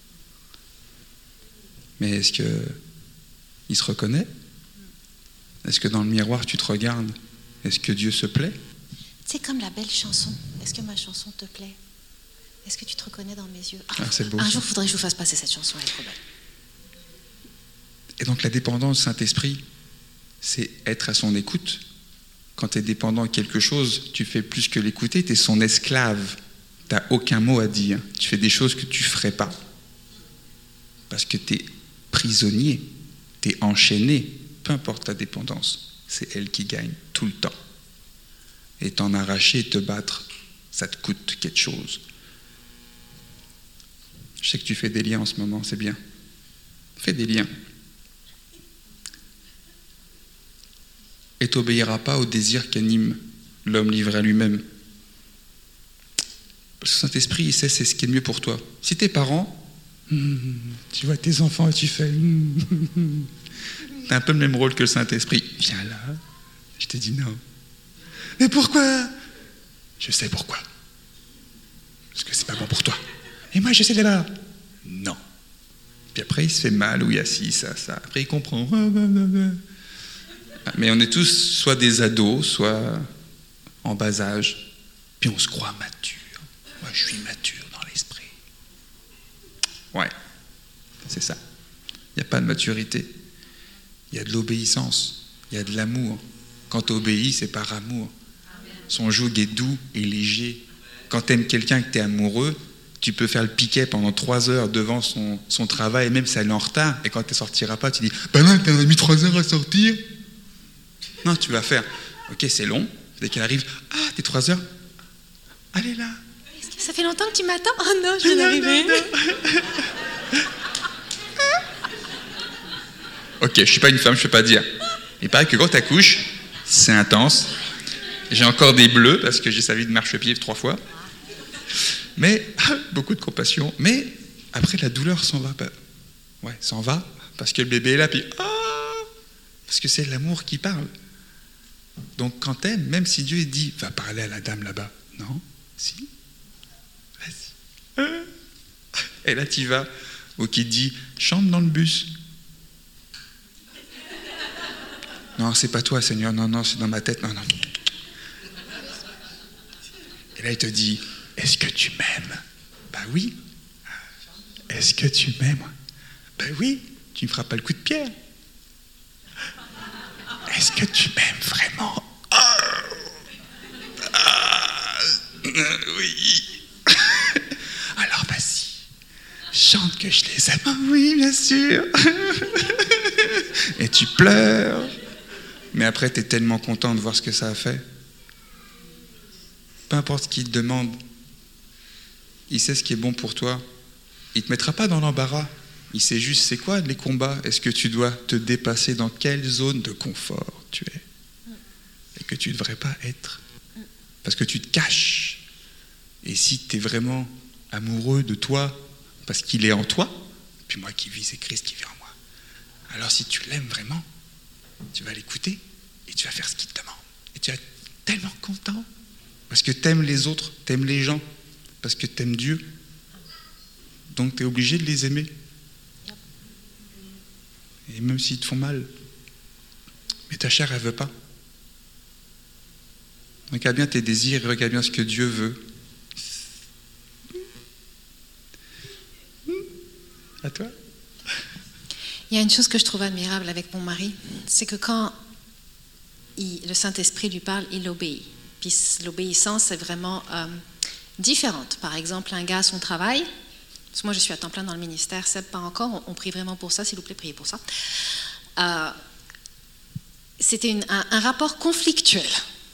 Mais est-ce qu'il se reconnaît? Est-ce que dans le miroir, tu te regardes? Est-ce que Dieu se plaît? C'est comme la belle chanson. Est-ce que ma chanson te plaît? Est-ce que tu te reconnais dans mes yeux? Ah, c'est beau. Un ça. jour, il faudrait que je vous fasse passer cette chanson, elle est trop belle. Et donc la dépendance au Saint-Esprit, c'est être à son écoute. Quand tu es dépendant à quelque chose, tu fais plus que l'écouter, tu es son esclave. Tu n'as aucun mot à dire. Tu fais des choses que tu ne ferais pas. Parce que tu es prisonnier, tu es enchaîné. Peu importe ta dépendance, c'est elle qui gagne tout le temps. Et t'en arracher et te battre, ça te coûte quelque chose. Je sais que tu fais des liens en ce moment, c'est bien. Fais des liens. Et t'obéiras pas au désir qu'anime l'homme livré à lui-même. Parce que le Saint-Esprit, il sait c'est ce qui est le mieux pour toi. Si tes parents, tu vois tes enfants et tu fais... T'as un peu le même rôle que le Saint-Esprit. Viens là. Je te dis non. Mais pourquoi? Je sais pourquoi. Parce que c'est pas bon pour toi. Et moi, je sais là. Non. Puis après, il se fait mal, ou il y a ci, ça. Après, il comprend. Mais on est tous soit des ados, soit en bas âge. Puis on se croit mature. Moi, je suis mature dans l'esprit. Ouais, c'est ça. Il n'y a pas de maturité. Il y a de l'obéissance. Il y a de l'amour. Quand tu obéis, c'est par amour. Son joug est doux et léger. Quand tu aimes quelqu'un et que tu es amoureux, tu peux faire le piquet pendant 3 heures devant son travail, même si elle est en retard, et quand tu ne sortiras pas, tu dis « Ben non, tu as mis 3 heures à sortir !» Non, tu vas faire « Ok, c'est long. » Dès qu'elle arrive « Ah, t'es 3 heures. Allez là. » Est-ce que ça fait longtemps que tu m'attends? Oh non, je viens d'arriver. Ok, je ne suis pas une femme, je ne peux pas dire. Il paraît que quand tu accouches, c'est intense. J'ai encore des bleus parce que j'ai servi de marchepied 3 fois. Mais, beaucoup de compassion. Mais, après, la douleur s'en va. Ouais, s'en va parce que le bébé est là, puis parce que c'est l'amour qui parle. Donc, quand t'aimes, même si Dieu dit, va parler à la dame là-bas. Non, si. Vas-y. Et là, tu vas. Ou qui dit, chante dans le bus. Non, c'est pas toi, Seigneur. Non, c'est dans ma tête. Non. Et là, il te dit, est-ce que tu m'aimes? Ben oui. Est-ce que tu m'aimes? Ben oui. Tu ne feras pas le coup de pierre. Est-ce que tu m'aimes vraiment? Oui. Alors vas-y. Chante que je les aime. Ah oui, bien sûr. Et tu pleures. Mais après, tu es tellement content de voir ce que ça a fait. Peu importe ce qu'il te demande, il sait ce qui est bon pour toi. Il ne te mettra pas dans l'embarras. Il sait juste c'est quoi les combats. Est-ce que tu dois te dépasser dans quelle zone de confort tu es et que tu ne devrais pas être. Parce que tu te caches. Et si tu es vraiment amoureux de toi, parce qu'il est en toi, puis moi qui vis, c'est Christ qui vit en moi. Alors si tu l'aimes vraiment, tu vas l'écouter et tu vas faire ce qu'il te demande. Et tu vas être tellement content. Parce que tu aimes les autres, tu aimes les gens, parce que tu aimes Dieu. Donc tu es obligé de les aimer. Et même s'ils te font mal. Mais ta chair, elle ne veut pas. Regarde bien tes désirs, regarde bien ce que Dieu veut. À toi? Il y a une chose que je trouve admirable avec mon mari, c'est que quand le Saint-Esprit lui parle, il obéit. Puis l'obéissance est vraiment différente. Par exemple, un gars à son travail, parce que moi je suis à temps plein dans le ministère, Seb pas encore, on prie vraiment pour ça, s'il vous plaît, priez pour ça. C'était un rapport conflictuel.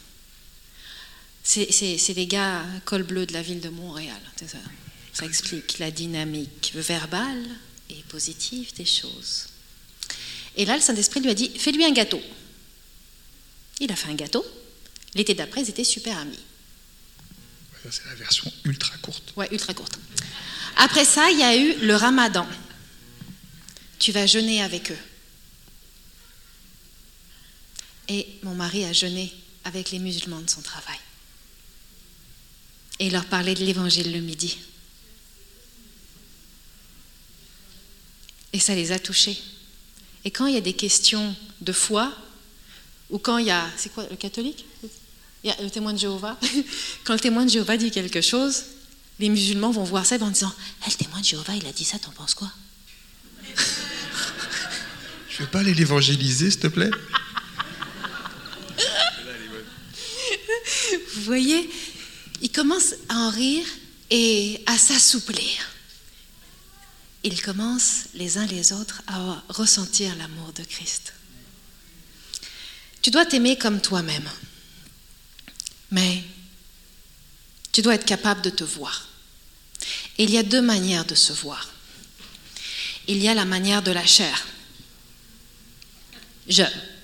C'est les gars col bleu de la ville de Montréal. Ça explique la dynamique verbale et positive des choses. Et là, le Saint-Esprit lui a dit, fais-lui un gâteau. Il a fait un gâteau. L'été d'après, ils étaient super amis. Ça, c'est la version ultra courte. Ouais, ultra courte. Après ça, il y a eu le Ramadan. Tu vas jeûner avec eux. Et mon mari a jeûné avec les musulmans de son travail. Et il leur parlait de l'évangile le midi. Et ça les a touchés. Et quand il y a des questions de foi, ou quand il y a, c'est quoi, le catholique? Il y a le témoin de Jéhovah. Quand le témoin de Jéhovah dit quelque chose, les musulmans vont voir ça en disant, le témoin de Jéhovah, il a dit ça, t'en penses quoi? Je veux pas aller l'évangéliser, s'il te plaît. Vous voyez, ils commencent à en rire et à s'assouplir. Ils commencent les uns les autres à ressentir l'amour de Christ. Tu dois t'aimer comme toi-même, mais tu dois être capable de te voir. Et il y a 2 manières de se voir. Il y a la manière de la chair. Je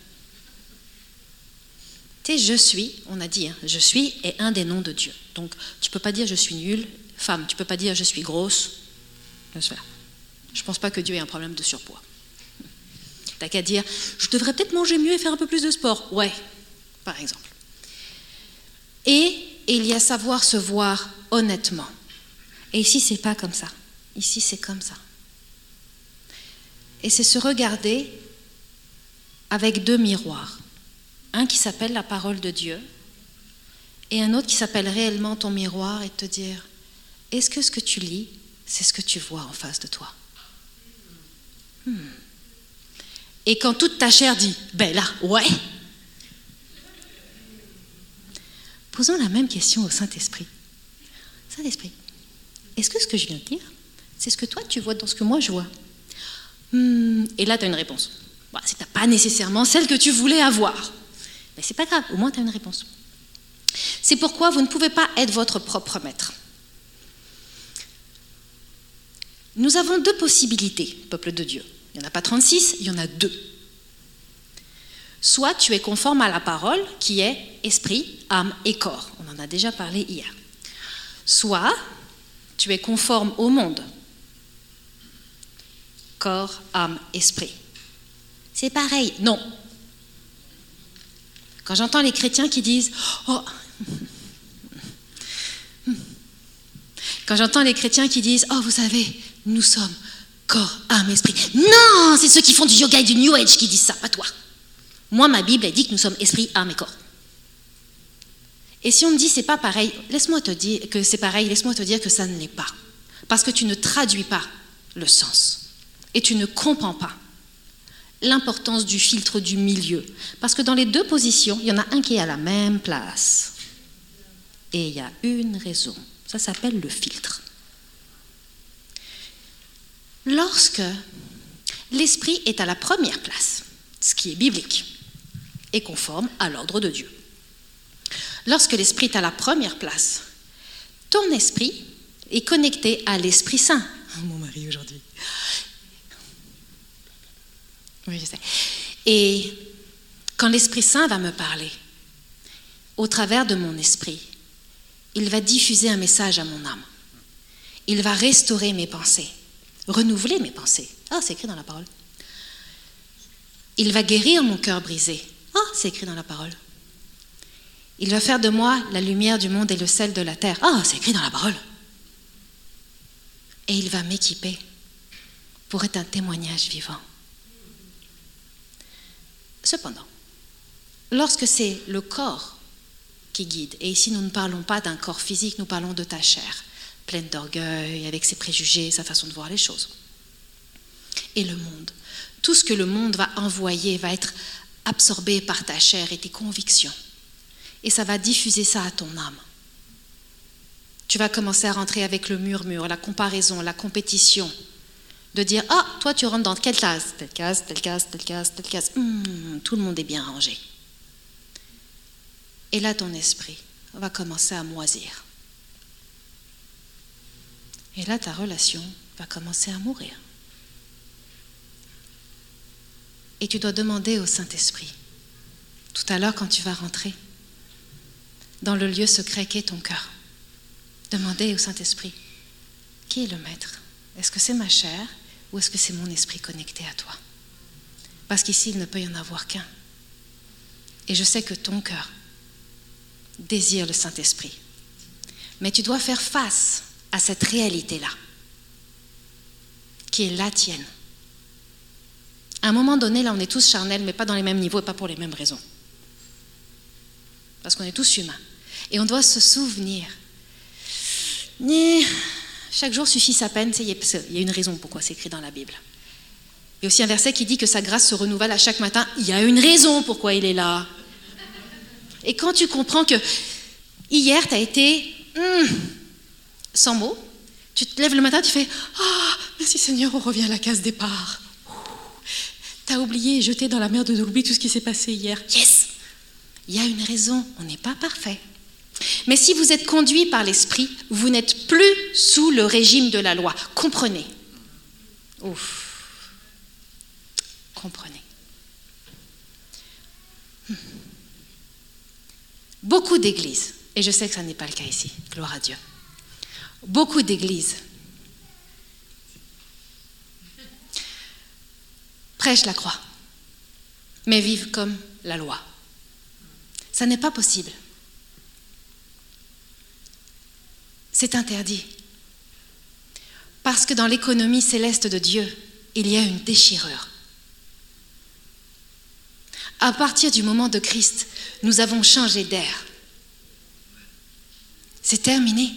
suis, on a dit, je suis est un des noms de Dieu. Donc, tu ne peux pas dire je suis nulle, femme, tu ne peux pas dire je suis grosse. Je ne pense pas que Dieu ait un problème de surpoids. Tu n'as qu'à dire, je devrais peut-être manger mieux et faire un peu plus de sport. Ouais, par exemple. Et il y a savoir se voir honnêtement. Et ici, ce n'est pas comme ça. Ici, c'est comme ça. Et c'est se regarder avec 2 miroirs. Un qui s'appelle la parole de Dieu et un autre qui s'appelle réellement ton miroir et te dire, est-ce que ce que tu lis, c'est ce que tu vois en face de toi? Et quand toute ta chair dit, ben là, ouais. Posons la même question au Saint-Esprit. Saint-Esprit, est-ce que ce que je viens de dire, c'est ce que toi tu vois dans ce que moi je vois? Et là, tu as une réponse. Bon, c'est pas nécessairement celle que tu voulais avoir. Mais c'est pas grave, au moins tu as une réponse. C'est pourquoi vous ne pouvez pas être votre propre maître. Nous avons 2 possibilités, peuple de Dieu. Il n'y en a pas 36, il y en a 2. Soit tu es conforme à la parole qui est esprit, âme et corps. On en a déjà parlé hier. Soit tu es conforme au monde. Corps, âme, esprit. C'est pareil. Non. Quand j'entends les chrétiens qui disent « Oh !» Quand j'entends les chrétiens qui disent « Oh, vous savez, nous sommes corps, âme, esprit. » Non, c'est ceux qui font du yoga et du New Age qui disent ça, pas toi. Moi, ma Bible, elle dit que nous sommes esprit, âme et corps. Et si on me dit « C'est pas pareil », laisse-moi te dire que c'est pareil, laisse-moi te dire que ça ne l'est pas. Parce que tu ne traduis pas le sens. Et tu ne comprends pas l'importance du filtre du milieu. Parce que dans les 2 positions, il y en a un qui est à la même place. Et il y a une raison. Ça s'appelle le filtre. Lorsque l'esprit est à la première place, ce qui est biblique, et conforme à l'ordre de Dieu. Lorsque l'esprit est à la première place, ton esprit est connecté à l'Esprit Saint. Mon mari aujourd'hui. Oui, je sais. Et quand l'Esprit Saint va me parler, au travers de mon esprit, il va diffuser un message à mon âme. Il va restaurer mes pensées, renouveler mes pensées. Ah, c'est écrit dans la parole. Il va guérir mon cœur brisé. Ah, c'est écrit dans la parole. Il va faire de moi la lumière du monde et le sel de la terre. Ah, c'est écrit dans la parole. Et il va m'équiper pour être un témoignage vivant. Cependant, lorsque c'est le corps qui guide, et ici nous ne parlons pas d'un corps physique, nous parlons de ta chair, pleine d'orgueil, avec ses préjugés, sa façon de voir les choses. Et le monde, tout ce que le monde va envoyer va être absorbé par ta chair et tes convictions. Et ça va diffuser ça à ton âme. Tu vas commencer à rentrer avec le murmure, la comparaison, la compétition, de dire « Ah, toi tu rentres dans quelle case ? Telle case, telle case, telle case, telle case. Tout le monde est bien rangé. » Et là, ton esprit va commencer à moisir. Et là, ta relation va commencer à mourir. Et tu dois demander au Saint-Esprit, tout à l'heure quand tu vas rentrer, dans le lieu secret qu'est ton cœur, demander au Saint-Esprit, qui est le maître ? Est-ce que c'est ma chair ou est-ce que c'est mon esprit connecté à toi ? Parce qu'ici, il ne peut y en avoir qu'un. Et je sais que ton cœur désire le Saint-Esprit. Mais tu dois faire face à cette réalité-là, qui est la tienne. À un moment donné, là, on est tous charnels, mais pas dans les mêmes niveaux et pas pour les mêmes raisons. Parce qu'on est tous humains. Et on doit se souvenir. Chaque jour suffit sa peine. Il y a une raison pourquoi c'est écrit dans la Bible. Il y a aussi un verset qui dit que sa grâce se renouvelle à chaque matin. Il y a une raison pourquoi il est là. Et quand tu comprends que hier, tu as été sans mots, tu te lèves le matin, tu fais « Ah, merci Seigneur, on revient à la case départ. » Tu as oublié et jeté dans la mer de l'oubli tout ce qui s'est passé hier. Yes! Il y a une raison, on n'est pas parfait. Mais si vous êtes conduit par l'Esprit, vous n'êtes plus sous le régime de la loi. Comprenez. Ouf. Comprenez. Beaucoup d'églises, et je sais que ça n'est pas le cas ici, gloire à Dieu, beaucoup d'églises prêchent la croix, mais vivent comme la loi. Ça n'est pas possible. C'est interdit. Parce que dans l'économie céleste de Dieu, il y a une déchirure. À partir du moment de Christ, nous avons changé d'air. C'est terminé.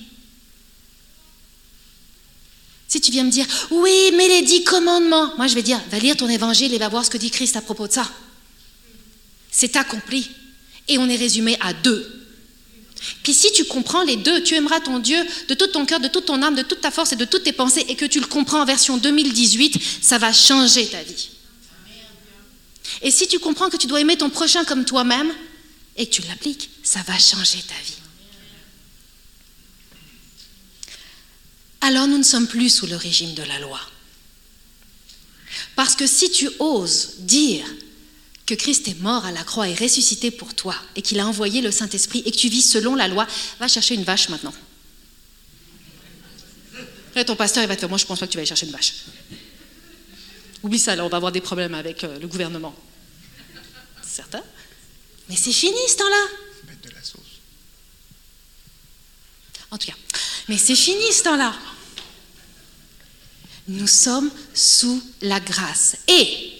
Si tu viens me dire, oui, mais les 10 commandements, moi je vais dire, va lire ton évangile et va voir ce que dit Christ à propos de ça. C'est accompli. Et on est résumé à 2. Puis si tu comprends les 2, tu aimeras ton Dieu de tout ton cœur, de toute ton âme, de toute ta force et de toutes tes pensées, et que tu le comprends en version 2018, ça va changer ta vie. Et si tu comprends que tu dois aimer ton prochain comme toi-même, et que tu l'appliques, ça va changer ta vie. Alors nous ne sommes plus sous le régime de la loi. Parce que si tu oses dire que Christ est mort à la croix et ressuscité pour toi, et qu'il a envoyé le Saint-Esprit, et que tu vis selon la loi, va chercher une vache maintenant. Là, ton pasteur, il va te dire, moi je ne pense pas que tu vas aller chercher une vache. Oublie ça, là, on va avoir des problèmes avec le gouvernement. C'est certain. Mais c'est fini ce temps-là. Mettre de la sauce. En tout cas, mais c'est fini ce temps-là. Nous sommes sous la grâce. Et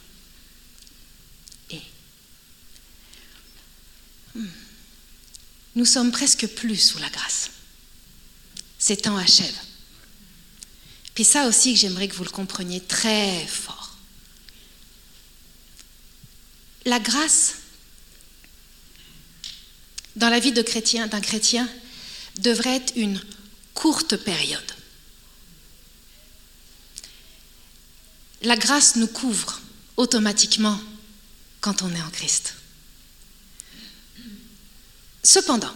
nous sommes presque plus sous la grâce. Ces temps achèvent. Puis ça aussi que j'aimerais que vous le compreniez très fort. La grâce, dans la vie d'un chrétien, devrait être une courte période. La grâce nous couvre automatiquement quand on est en Christ. Cependant,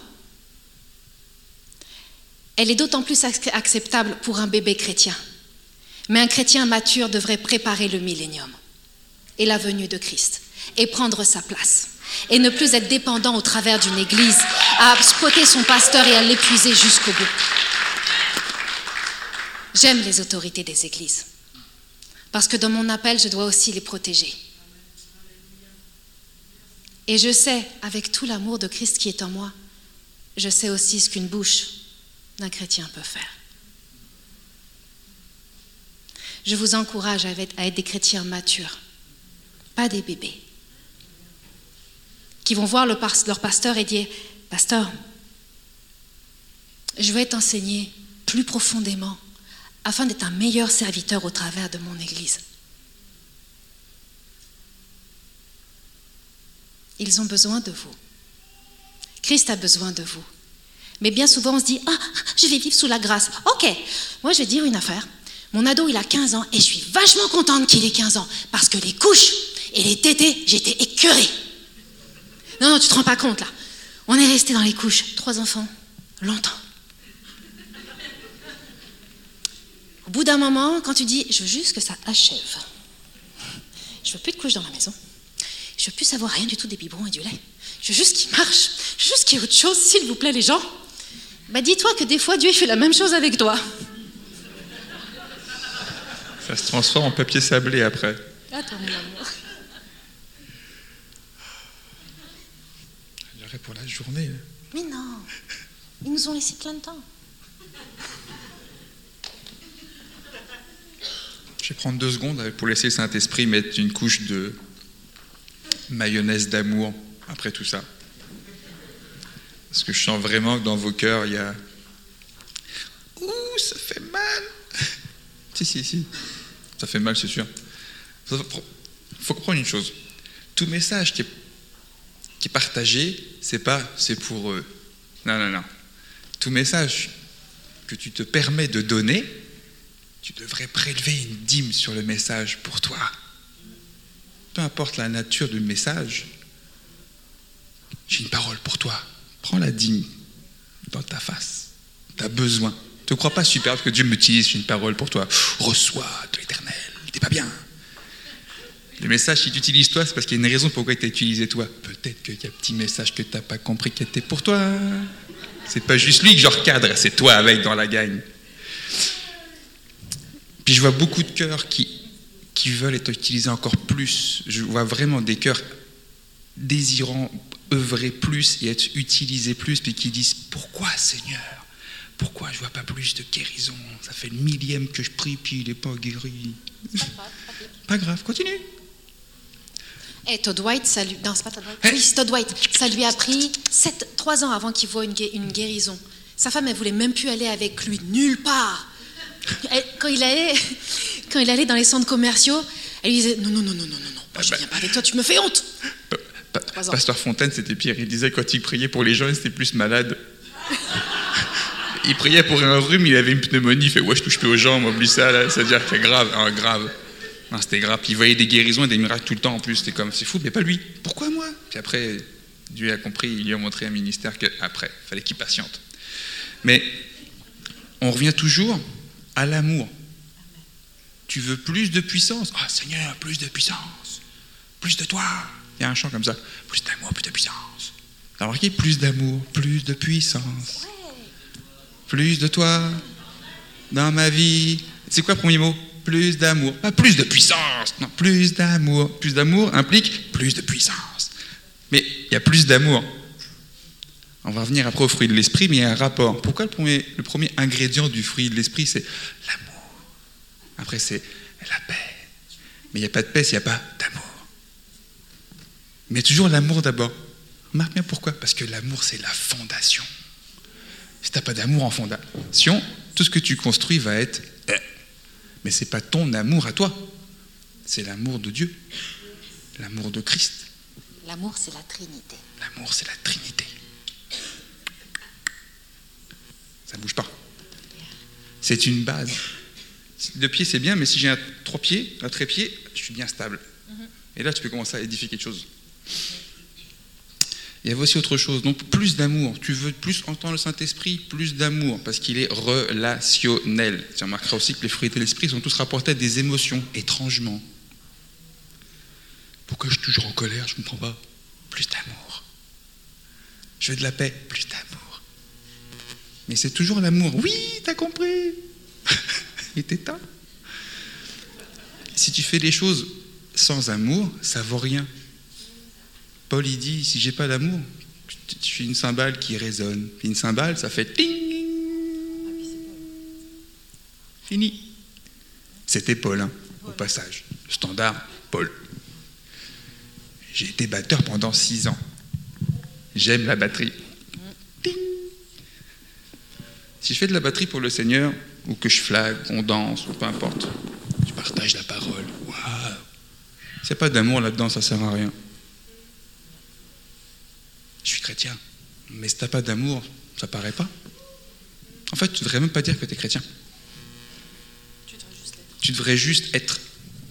elle est d'autant plus acceptable pour un bébé chrétien. Mais un chrétien mature devrait préparer le millénium et la venue de Christ et prendre sa place et ne plus être dépendant au travers d'une église à spotter son pasteur et à l'épuiser jusqu'au bout. J'aime les autorités des églises parce que dans mon appel, je dois aussi les protéger. Et je sais, avec tout l'amour de Christ qui est en moi, je sais aussi ce qu'une bouche d'un chrétien peut faire. Je vous encourage à être des chrétiens matures, pas des bébés, qui vont voir leur pasteur et dire « Pasteur, je vais t'enseigner plus profondément afin d'être un meilleur serviteur au travers de mon Église. » Ils ont besoin de vous. Christ a besoin de vous. Mais bien souvent, on se dit « Ah, je vais vivre sous la grâce. » Ok, moi je vais dire une affaire. Mon ado, il a 15 ans et je suis vachement contente qu'il ait 15 ans parce que les couches et les tétés, j'étais écœurée. Non, tu te rends pas compte là. On est resté dans les couches, 3 enfants, longtemps. Au bout d'un moment, quand tu dis « Je veux juste que ça achève. Je veux plus de couches dans la maison. Je veux plus savoir rien du tout des biberons et du lait. Je veux juste qu'il marche. Je veux juste qu'il y ait autre chose, s'il vous plaît, les gens. » Bah dis-toi que des fois, Dieu fait la même chose avec toi. Ça se transforme en papier sablé après. Attends, mon amour. J'aurais pour la journée. Mais non, ils nous ont laissé plein de temps. Je vais prendre 2 secondes pour laisser le Saint-Esprit mettre une couche de mayonnaise d'amour après tout ça. Parce que je sens vraiment que dans vos cœurs, il y a... Ouh, ça fait mal. Si. Ça fait mal, c'est sûr. faut comprendre une chose. Tout message qui est partagé, c'est pour eux. Non. Tout message que tu te permets de donner, tu devrais prélever une dîme sur le message pour toi. Peu importe la nature du message, j'ai une parole pour toi. Prends la dîme dans ta face. Tu as besoin. Ne te crois pas superbe que Dieu m'utilise, j'ai une parole pour toi. Reçois de l'Éternel. T'es pas bien. Le message, si tu utilises toi, c'est parce qu'il y a une raison pourquoi il t'a utilisé toi. Peut-être qu'il y a un petit message que tu n'as pas compris qui était pour toi. C'est pas juste lui que je recadre, c'est toi avec dans la gagne. Puis je vois beaucoup de cœurs qui veulent être utilisés encore plus. Je vois vraiment des cœurs désirant œuvrer plus et être utilisés plus, puis qui disent « Pourquoi, Seigneur ? Pourquoi je ne vois pas plus de guérison ? Ça fait le 1000e que je prie, puis il n'est pas guéri. » Pas grave, continue. Et Todd White, ça lui... Non, c'est pas Todd White. Oui, c'est Todd White. Ça lui a pris 3 ans avant qu'il voie une guérison. Sa femme, elle voulait même plus aller avec lui, nulle part. Quand il allait dans les centres commerciaux, elle lui disait non, moi je viens pas avec toi, tu me fais honte. Pasteur Fontaine, c'était pire. Il disait quand il priait pour les gens, il était plus malade. Il priait pour un rhume, il avait une pneumonie, il fait ouais, je touche plus aux gens, oublie ça là, c'est-à-dire c'est grave, grave. Non, c'était grave. Puis il voyait des guérisons et des miracles tout le temps en plus. C'était comme c'est fou, mais pas lui. Pourquoi moi ? Puis après, Dieu a compris, il lui a montré un ministère qu'après, il fallait qu'il patiente. Mais on revient toujours à l'amour. Tu veux plus de puissance ? Ah Seigneur, plus de puissance, plus de toi. Il y a un chant comme ça. Plus d'amour, plus de puissance. T'as remarqué ? Plus d'amour, plus de puissance. Plus de toi dans ma vie. C'est quoi le premier mot ? Plus d'amour. Pas plus de puissance. Non, plus d'amour. Plus d'amour implique plus de puissance. Mais il y a plus d'amour. On va revenir après au fruit de l'esprit, mais il y a un rapport. Pourquoi le premier ingrédient du fruit de l'esprit, c'est l'amour. Après, c'est la paix. Mais il n'y a pas de paix s'il n'y a pas d'amour. Mais toujours l'amour d'abord. Remarque bien pourquoi ? Parce que l'amour, c'est la fondation. Si tu n'as pas d'amour en fondation, tout ce que tu construis va être... Mais ce n'est pas ton amour à toi. C'est l'amour de Dieu. L'amour de Christ. L'amour, c'est la Trinité. L'amour, c'est la Trinité. Ça ne bouge pas. C'est une base. 2 pieds, c'est bien, mais si j'ai un trépied, je suis bien stable. Et là, tu peux commencer à édifier quelque chose. Il y avait aussi autre chose. Donc, plus d'amour. Tu veux plus entendre le Saint-Esprit, plus d'amour, parce qu'il est relationnel. Tu remarqueras aussi que les fruits de l'Esprit sont tous rapportés à des émotions, étrangement. Pourquoi je suis toujours en colère ? Je ne comprends pas. Plus d'amour. Je veux de la paix, plus d'amour. Mais c'est toujours l'amour. Oui, t'as compris. Il était temps. Si tu fais des choses sans amour, ça vaut rien. Paul, il dit, si j'ai pas d'amour, je suis une cymbale qui résonne. Puis une cymbale, ça fait ting. Fini. C'était Paul, hein, au passage. Le standard, Paul. J'ai été batteur pendant 6 ans. J'aime la batterie. Ting. Si je fais de la batterie pour le Seigneur, ou que je flague, qu'on danse, ou peu importe, je partage la parole. Waouh. S'il n'y a pas d'amour là-dedans, ça ne sert à rien. Je suis chrétien, mais si tu n'as pas d'amour, ça ne paraît pas. En fait, tu ne devrais même pas dire que tu es chrétien. Tu devrais juste être.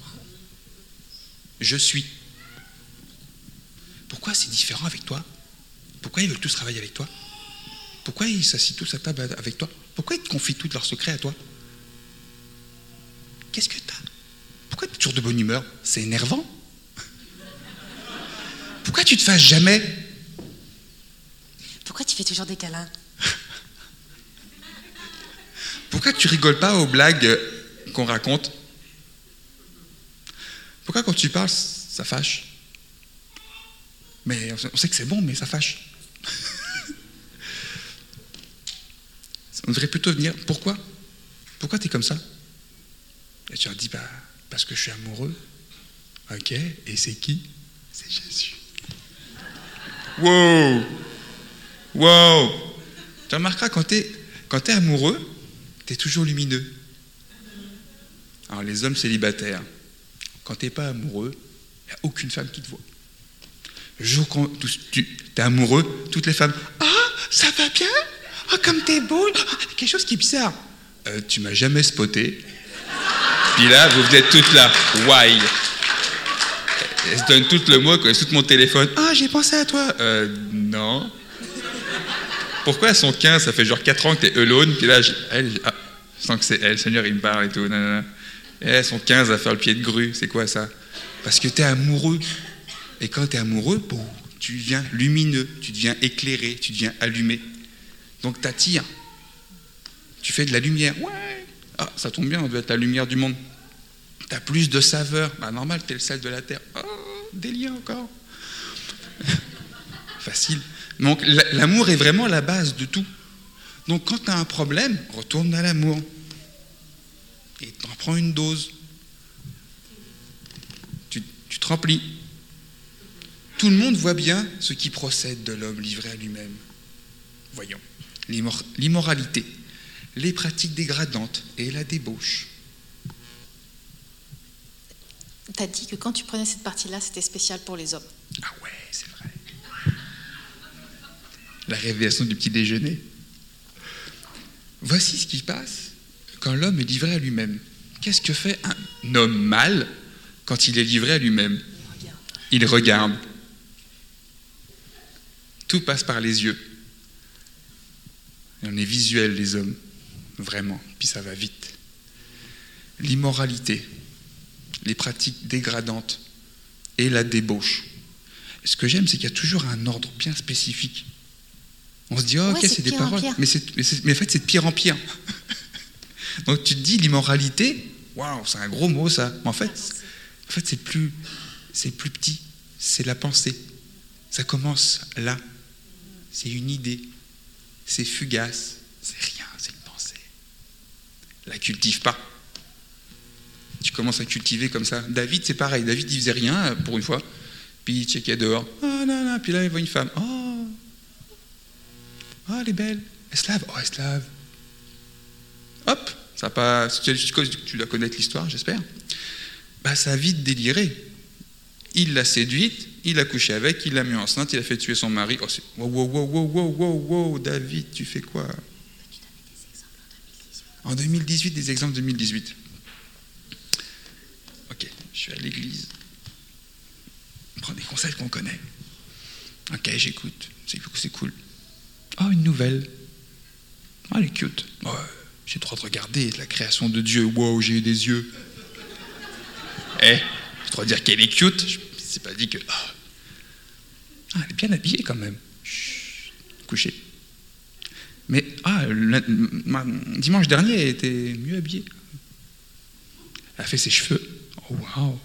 Je suis. Pourquoi c'est différent avec toi ? Pourquoi ils veulent tous travailler avec toi ? Pourquoi ils s'assient tous à table avec toi ? Pourquoi ils te confient tous leurs secrets à toi ? Qu'est-ce que tu as ? Pourquoi tu es toujours de bonne humeur ? C'est énervant. Pourquoi tu te fâches jamais ? Pourquoi tu fais toujours des câlins ? Pourquoi tu rigoles pas aux blagues qu'on raconte ? Pourquoi quand tu parles, ça fâche ? Mais on sait que c'est bon, mais ça fâche. On devrait plutôt venir. Pourquoi ? Pourquoi tu es comme ça ? Et tu leur dis, parce que je suis amoureux. Ok, et c'est qui ? C'est Jésus. Wow ! Wow ! Tu remarqueras, quand t'es amoureux, t'es toujours lumineux. Alors les hommes célibataires, quand tu n'es pas amoureux, il n'y a aucune femme qui te voit. Le jour quand tu es amoureux, toutes les femmes « Ah, ça va bien? Ah, comme t'es beau! Quelque chose qui est bizarre. Tu m'as jamais spoté. » Puis là, vous êtes toutes là. Why? Elles se donnent tout le mot, elles connaissent tout mon téléphone. « Ah, j'ai pensé à toi. » Non. Pourquoi elles sont 15? Ça fait genre 4 ans que t'es alone. Puis là, je sens que c'est elle. Seigneur, il me parle et tout. Nanana. Et elles sont 15 à faire le pied de grue. C'est quoi ça? Parce que t'es amoureux. Et quand t'es amoureux, bon, tu deviens lumineux, tu deviens éclairé, tu deviens allumé. Donc t'attires. Tu fais de la lumière. Ouais. Ah, ça tombe bien, on doit être la lumière du monde. T'as plus de saveur. Bah normal, t'es le sel de la terre. Oh, délié encore. Facile. Donc l'amour est vraiment la base de tout. Donc quand tu as un problème, retourne à l'amour. Et t'en prends une dose. Tu te remplis. Tout le monde voit bien ce qui procède de l'homme livré à lui-même. Voyons. L'immoralité, les pratiques dégradantes et la débauche. Tu as dit que quand tu prenais cette partie-là, c'était spécial pour les hommes. Ah ouais, c'est vrai. La révélation du petit déjeuner. Voici ce qui passe quand l'homme est livré à lui-même. Qu'est-ce que fait un homme mâle quand il est livré à lui-même? Il regarde. Tout passe par les yeux. Et on est visuel, les hommes. Vraiment. Puis ça va vite. L'immoralité, les pratiques dégradantes et la débauche. Et ce que j'aime, c'est qu'il y a toujours un ordre bien spécifique. On se dit, oh, ok, c'est des paroles. Mais en fait, c'est de pire en pire. Donc tu te dis, l'immoralité, waouh, c'est un gros mot ça. Mais en fait c'est plus petit. C'est la pensée. Ça commence là. C'est une idée. C'est fugace. C'est rien, c'est une pensée. La cultive pas. Tu commences à cultiver comme ça. David, c'est pareil. David, il faisait rien pour une fois. Puis il checkait dehors. Ah, non. Puis là, il voit une femme. Oh, elle est belle. Elle se lave. Oh, elle se lave. Hop, ça pas. Tu dois connaître l'histoire, j'espère. Bah, ça a vite déliré. Il l'a séduite, il a couché avec, il l'a mis enceinte, il a fait tuer son mari. Oh, c'est... Wow, David, tu fais quoi? En 2018, des exemples 2018. Ok, je suis à l'église. On prend des conseils qu'on connaît. Ok, j'écoute. C'est cool. Oh, une nouvelle. Oh, elle est cute. Oh, j'ai le droit de regarder la création de Dieu. Wow, j'ai eu des yeux. J'ai le droit de dire qu'elle est cute. Je ne sais pas dit que... elle est bien habillée quand même. Chut, couchée. Mais dimanche dernier, elle était mieux habillée. Elle a fait ses cheveux. Oh, wow.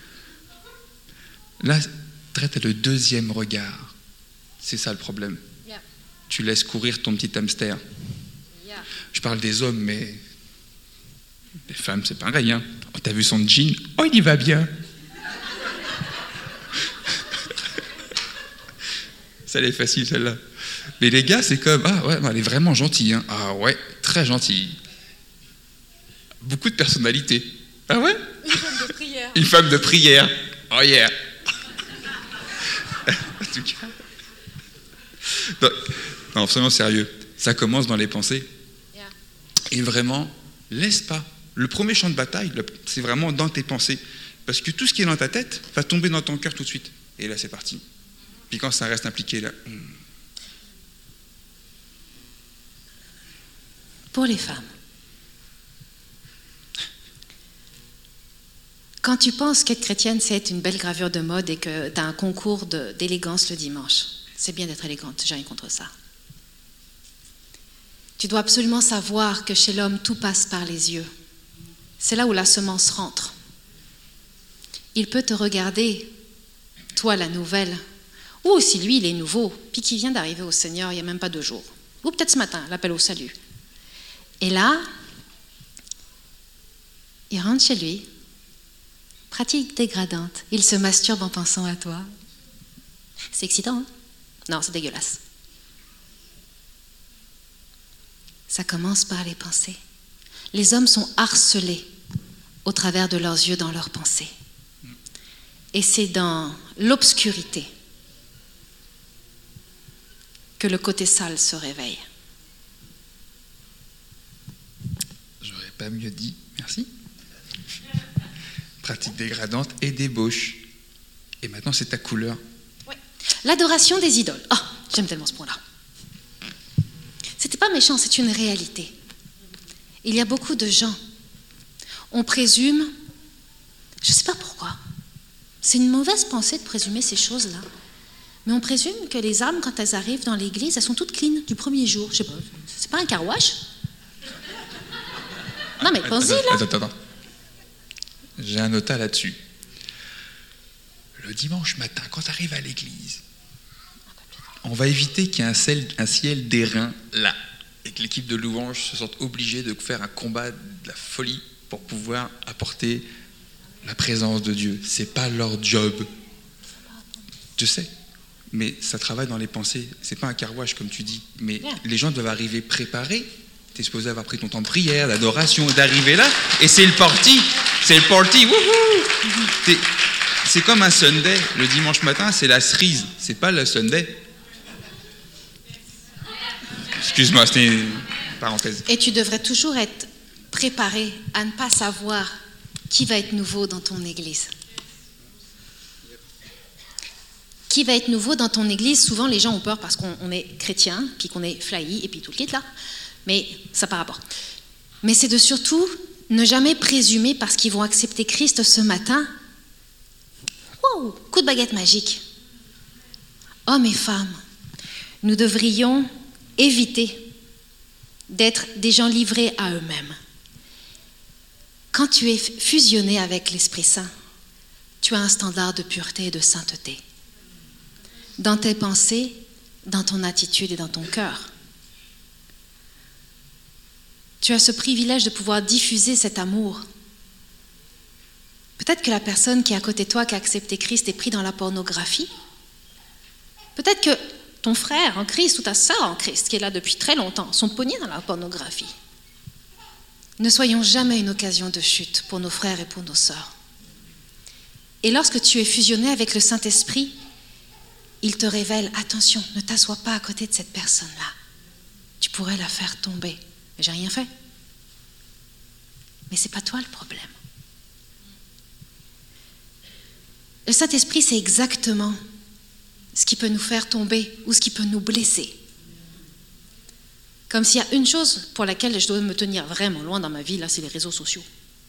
Là, traite le deuxième regard. C'est ça le problème. Yeah. Tu laisses courir ton petit hamster. Yeah. Je parle des hommes, mais les femmes, c'est pareil. Hein. Oh, t'as vu son jean? Oh, il y va bien. Ça, elle est facile, celle-là. Mais les gars, c'est comme, ah ouais, elle est vraiment gentille. Hein. Ah ouais, très gentille. Beaucoup de personnalité. Ah ouais? Une femme de prière. Une femme de prière. Oh yeah. En tout cas. Non, absolument sérieux. Ça commence dans les pensées. Yeah. Et vraiment, laisse pas. Le premier champ de bataille, c'est vraiment dans tes pensées. Parce que tout ce qui est dans ta tête va tomber dans ton cœur tout de suite. Et là, c'est parti. Puis quand ça reste impliqué, là... Pour les femmes. Quand tu penses qu'être chrétienne, c'est être une belle gravure de mode et que tu as un concours d'élégance le dimanche, c'est bien d'être élégante, j'ai rien contre ça. Tu dois absolument savoir que chez l'homme, tout passe par les yeux. C'est là où la semence rentre. Il peut te regarder, toi la nouvelle, ou si lui il est nouveau, puis qu'il vient d'arriver au Seigneur il n'y a même pas 2 jours, ou peut-être ce matin, l'appel au salut. Et là, il rentre chez lui, pratique dégradante, il se masturbe en pensant à toi. C'est excitant, hein? Non, c'est dégueulasse. Ça commence par les pensées. Les hommes sont harcelés au travers de leurs yeux dans leurs pensées. Et c'est dans l'obscurité que le côté sale se réveille. J'aurais pas mieux dit, merci. Pratique dégradante et débauche. Et maintenant, c'est ta couleur. Ouais. L'adoration des idoles. Ah, j'aime tellement ce point-là. C'était pas méchant, c'est une réalité. Il y a beaucoup de gens. On présume, je sais pas pourquoi. C'est une mauvaise pensée de présumer ces choses-là. Mais on présume que les âmes, quand elles arrivent dans l'église, elles sont toutes clean du premier jour. Je sais pas, c'est pas un car wash? Non mais pense-y là. Attends. J'ai un nota là-dessus. Le dimanche matin, quand tu arrives à l'église, on va éviter qu'il y ait un ciel d'airain là, et que l'équipe de louange se sente obligée de faire un combat de la folie pour pouvoir apporter la présence de Dieu. C'est pas leur job. Je sais, mais ça travaille dans les pensées. C'est pas un car wash comme tu dis, mais les gens doivent arriver préparés. T'es supposé avoir pris ton temps de prière, d'adoration, d'arriver là, et c'est le party. C'est le party, wouhou! C'est comme un Sunday. Le dimanche matin, c'est la cerise. C'est pas le Sunday. Excuse-moi, c'était une parenthèse. Et tu devrais toujours être préparé à ne pas savoir qui va être nouveau dans ton église. Qui va être nouveau dans ton église? Souvent, les gens ont peur parce qu'on est chrétien, puis qu'on est fly, et puis tout le kit là. Mais ça par rapport. Mais c'est de surtout ne jamais présumer parce qu'ils vont accepter Christ ce matin. Wow, coup de baguette magique. Hommes et femmes, nous devrions éviter d'être des gens livrés à eux-mêmes. Quand tu es fusionné avec l'Esprit Saint, tu as un standard de pureté et de sainteté. Dans tes pensées, dans ton attitude et dans ton cœur. Tu as ce privilège de pouvoir diffuser cet amour. Peut-être que la personne qui est à côté de toi, qui a accepté Christ, est pris dans la pornographie. Peut-être que ton frère en Christ ou ta sœur en Christ, qui est là depuis très longtemps, sont pognés dans la pornographie. Ne soyons jamais une occasion de chute pour nos frères et pour nos sœurs. Et lorsque tu es fusionné avec le Saint-Esprit, il te révèle, attention, ne t'assois pas à côté de cette personne-là. Tu pourrais la faire tomber. Mais j'ai rien fait. Mais c'est pas toi le problème. Le Saint-Esprit, c'est exactement ce qui peut nous faire tomber ou ce qui peut nous blesser. Comme s'il y a une chose pour laquelle je dois me tenir vraiment loin dans ma vie, là, c'est les réseaux sociaux.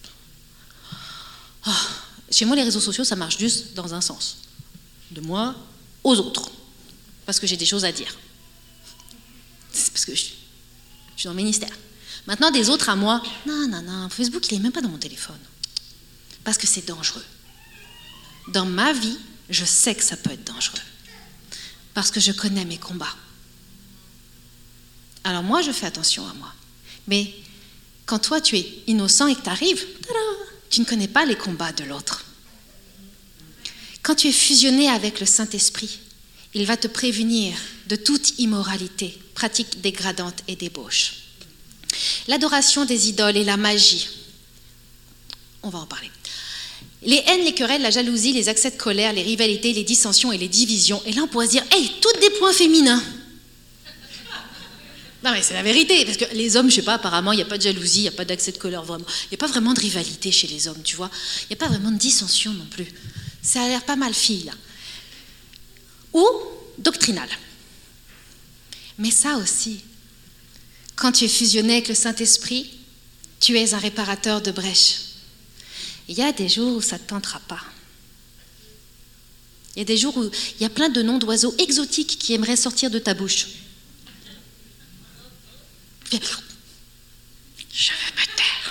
Oh, chez moi, les réseaux sociaux, ça marche juste dans un sens. De moi aux autres. Parce que j'ai des choses à dire. C'est parce que je suis dans le ministère. Maintenant, des autres à moi, non, Facebook, il n'est même pas dans mon téléphone. Parce que c'est dangereux. Dans ma vie, je sais que ça peut être dangereux. Parce que je connais mes combats. Alors moi, je fais attention à moi. Mais quand toi, tu es innocent et que tu arrives, tu ne connais pas les combats de l'autre. Quand tu es fusionné avec le Saint-Esprit, il va te prévenir de toute immoralité, pratique dégradante et débauche. L'adoration des idoles et la magie. On va en parler. Les haines, les querelles, la jalousie, les accès de colère, les rivalités, les dissensions et les divisions. Et là, on pourrait se dire, hey, toutes des points féminins. Non, mais c'est la vérité, parce que les hommes, je sais pas, apparemment, il n'y a pas de jalousie, il n'y a pas d'accès de colère, vraiment. Il n'y a pas vraiment de rivalité chez les hommes, tu vois. Il n'y a pas vraiment de dissension non plus. Ça a l'air pas mal fille, là. Ou doctrinal. Mais ça aussi, quand tu es fusionné avec le Saint-Esprit, tu es un réparateur de brèches. Il y a des jours où ça ne te tentera pas. Il y a des jours où il y a plein de noms d'oiseaux exotiques qui aimeraient sortir de ta bouche. Je veux me taire.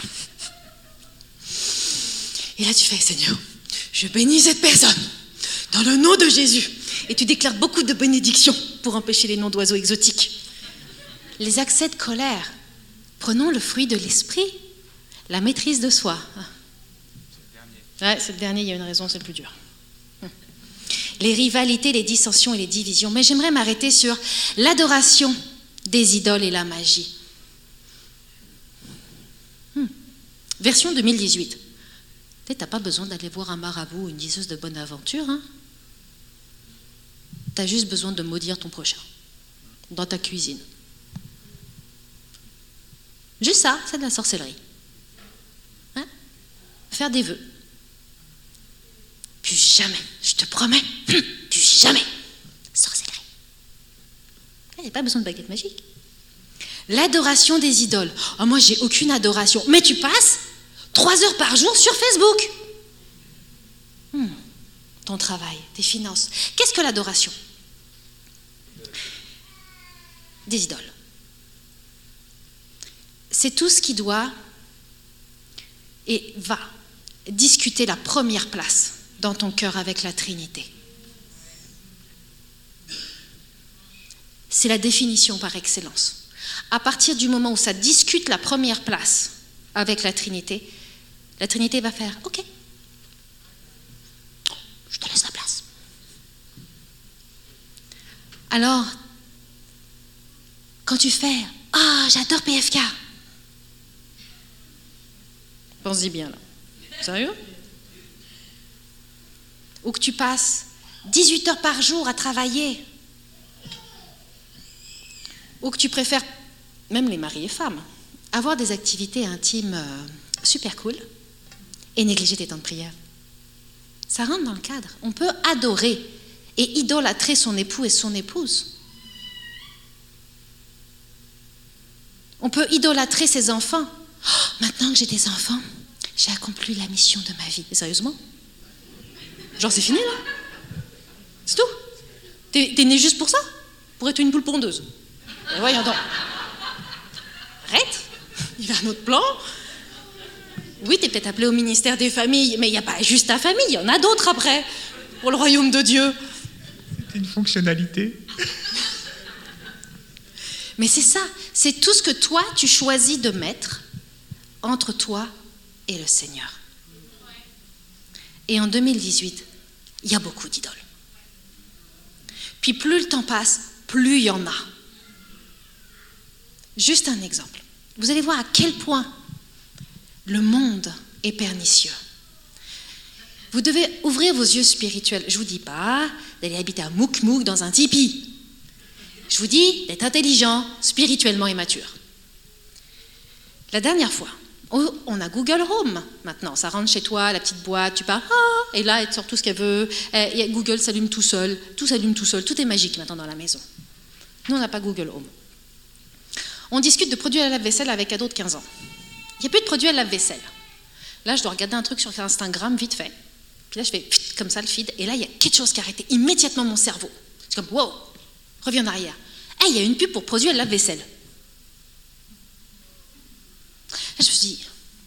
Et là, tu fais, Seigneur, je bénis cette personne dans le nom de Jésus. Et tu déclares beaucoup de bénédictions pour empêcher les noms d'oiseaux exotiques. Les accès de colère. Prenons le fruit de l'esprit, la maîtrise de soi. Ouais, c'est le dernier, il y a une raison, c'est le plus dur. Les rivalités, les dissensions et les divisions. Mais j'aimerais m'arrêter sur l'adoration des idoles et la magie. Version 2018. Tu n'as pas besoin d'aller voir un marabout ou une diseuse de bonne aventure. Hein. Tu as juste besoin de maudire ton prochain dans ta cuisine. Juste ça, c'est de la sorcellerie. Hein? Faire des vœux. Plus jamais, je te promets, plus jamais. Sorcellerie. Il n'y a pas besoin de baguette magique. L'adoration des idoles. Oh, moi, j'ai aucune adoration. Mais tu passes 3 heures par jour sur Facebook. Ton travail, tes finances. Qu'est-ce que l'adoration? Des idoles. C'est tout ce qui doit et va discuter la première place dans ton cœur avec la Trinité. C'est la définition par excellence. À partir du moment où ça discute la première place avec la Trinité va faire « Ok, je te laisse la place. » Alors, quand tu fais « Ah, j'adore PFK », pense-y bien là. Sérieux? Ou que tu passes 18 heures par jour à travailler. Ou que tu préfères, même les maris et femmes, avoir des activités intimes super cool et négliger tes temps de prière. Ça rentre dans le cadre. On peut adorer et idolâtrer son époux et son épouse. On peut idolâtrer ses enfants. Oh, maintenant que j'ai des enfants, j'ai accompli la mission de ma vie. Et sérieusement? Genre c'est fini là? C'est tout? T'es né juste pour ça? Pour être une poule pondeuse? Et voyons donc. Arrête, il y a un autre plan. Oui, t'es peut-être appelé au ministère des familles, mais il n'y a pas juste ta famille, il y en a d'autres après, pour le royaume de Dieu. C'est une fonctionnalité. Mais c'est ça, c'est tout ce que toi, tu choisis de mettre entre toi et le Seigneur. Et en 2018, il y a beaucoup d'idoles. Puis plus le temps passe, plus il y en a. Juste un exemple. Vous allez voir à quel point le monde est pernicieux. Vous devez ouvrir vos yeux spirituels. Je ne vous dis pas d'aller habiter à Mouk-Mouk dans un tipi. Je vous dis d'être intelligent, spirituellement et mature. La dernière fois, on a Google Home maintenant. Ça rentre chez toi, la petite boîte, tu parles, et là, elle te sort tout ce qu'elle veut. Et Google s'allume tout seul, tout s'allume tout seul. Tout est magique maintenant dans la maison. Nous, on n'a pas Google Home. On discute de produits à lave-vaisselle avec ado de 15 ans. Il n'y a plus de produits à lave-vaisselle. Là, je dois regarder un truc sur Instagram vite fait. Puis là, je fais comme ça le feed. Et là, il y a quelque chose qui a arrêté immédiatement mon cerveau. C'est comme, wow, reviens en arrière. Hey, il y a une pub pour produits à lave-vaisselle. Là, je me suis dit,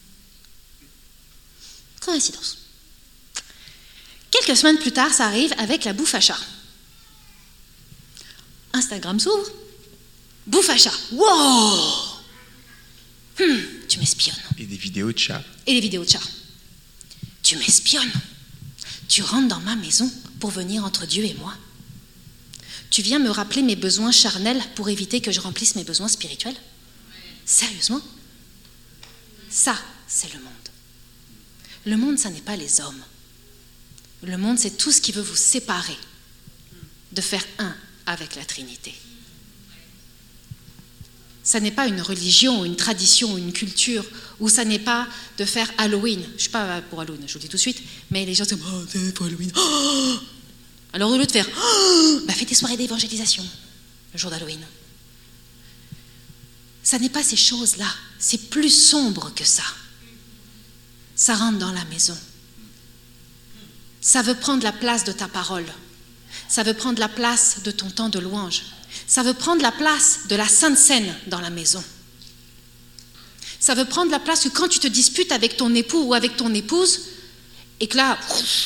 coïncidence. Quelques semaines plus tard, ça arrive avec la bouffe à chat. Instagram s'ouvre. Bouffe à chat. Wow! Tu m'espionnes. Et des vidéos de chats. Et des vidéos de chats. Tu m'espionnes. Tu rentres dans ma maison pour venir entre Dieu et moi. Tu viens me rappeler mes besoins charnels pour éviter que je remplisse mes besoins spirituels. Sérieusement? Ça, c'est le monde. Le monde, ça n'est pas les hommes. Le monde, c'est tout ce qui veut vous séparer de faire un avec la Trinité. Ça n'est pas une religion, ou une tradition, ou une culture, ou ça n'est pas de faire Halloween. Je ne suis pas pour Halloween, je vous le dis tout de suite, mais les gens disent « Oh, c'est pour Halloween. Oh !» Alors au lieu de faire oh, « Fais des soirées d'évangélisation le jour d'Halloween. » Ça n'est pas ces choses-là, c'est plus sombre que ça. Ça rentre dans la maison. Ça veut prendre la place de ta parole. Ça veut prendre la place de ton temps de louange. Ça veut prendre la place de la Sainte Seine dans la maison. Ça veut prendre la place que quand tu te disputes avec ton époux ou avec ton épouse, et que là,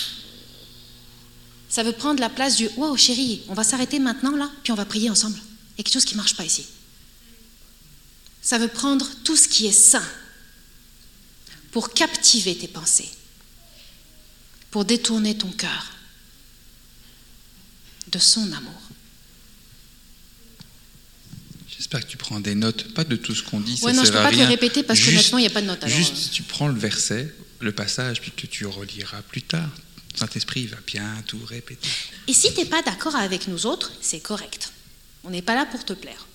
ça veut prendre la place du « Wow, chérie, on va s'arrêter maintenant là, puis on va prier ensemble. Il y a quelque chose qui ne marche pas ici. » Ça veut prendre tout ce qui est saint pour captiver tes pensées, pour détourner ton cœur de son amour. J'espère que tu prends des notes, pas de tout ce qu'on dit, ouais, ça non, sert je peux à pas rien. te le répéter parce que honnêtement, il n'y a pas de notes. Juste, tu prends le verset, le passage, puis que tu reliras plus tard. Le Saint-Esprit va bien tout répéter. Et si tu n'es pas d'accord avec nous autres, c'est correct. On n'est pas là pour te plaire.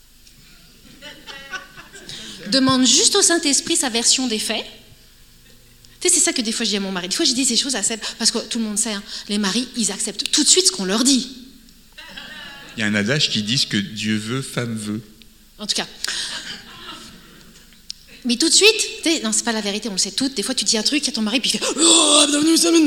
Demande juste au Saint-Esprit sa version des faits. Tu sais, c'est ça que des fois je dis à mon mari. Des fois je dis ces choses à Seb, parce que tout le monde sait, hein, les maris, ils acceptent tout de suite ce qu'on leur dit. Il y a un adage qui dit ce que Dieu veut, femme veut. En tout cas. Mais tout de suite, non, c'est pas la vérité, on le sait toutes. Des fois tu dis un truc à ton mari, puis il fait « Oh, bienvenue, ça maintenant !»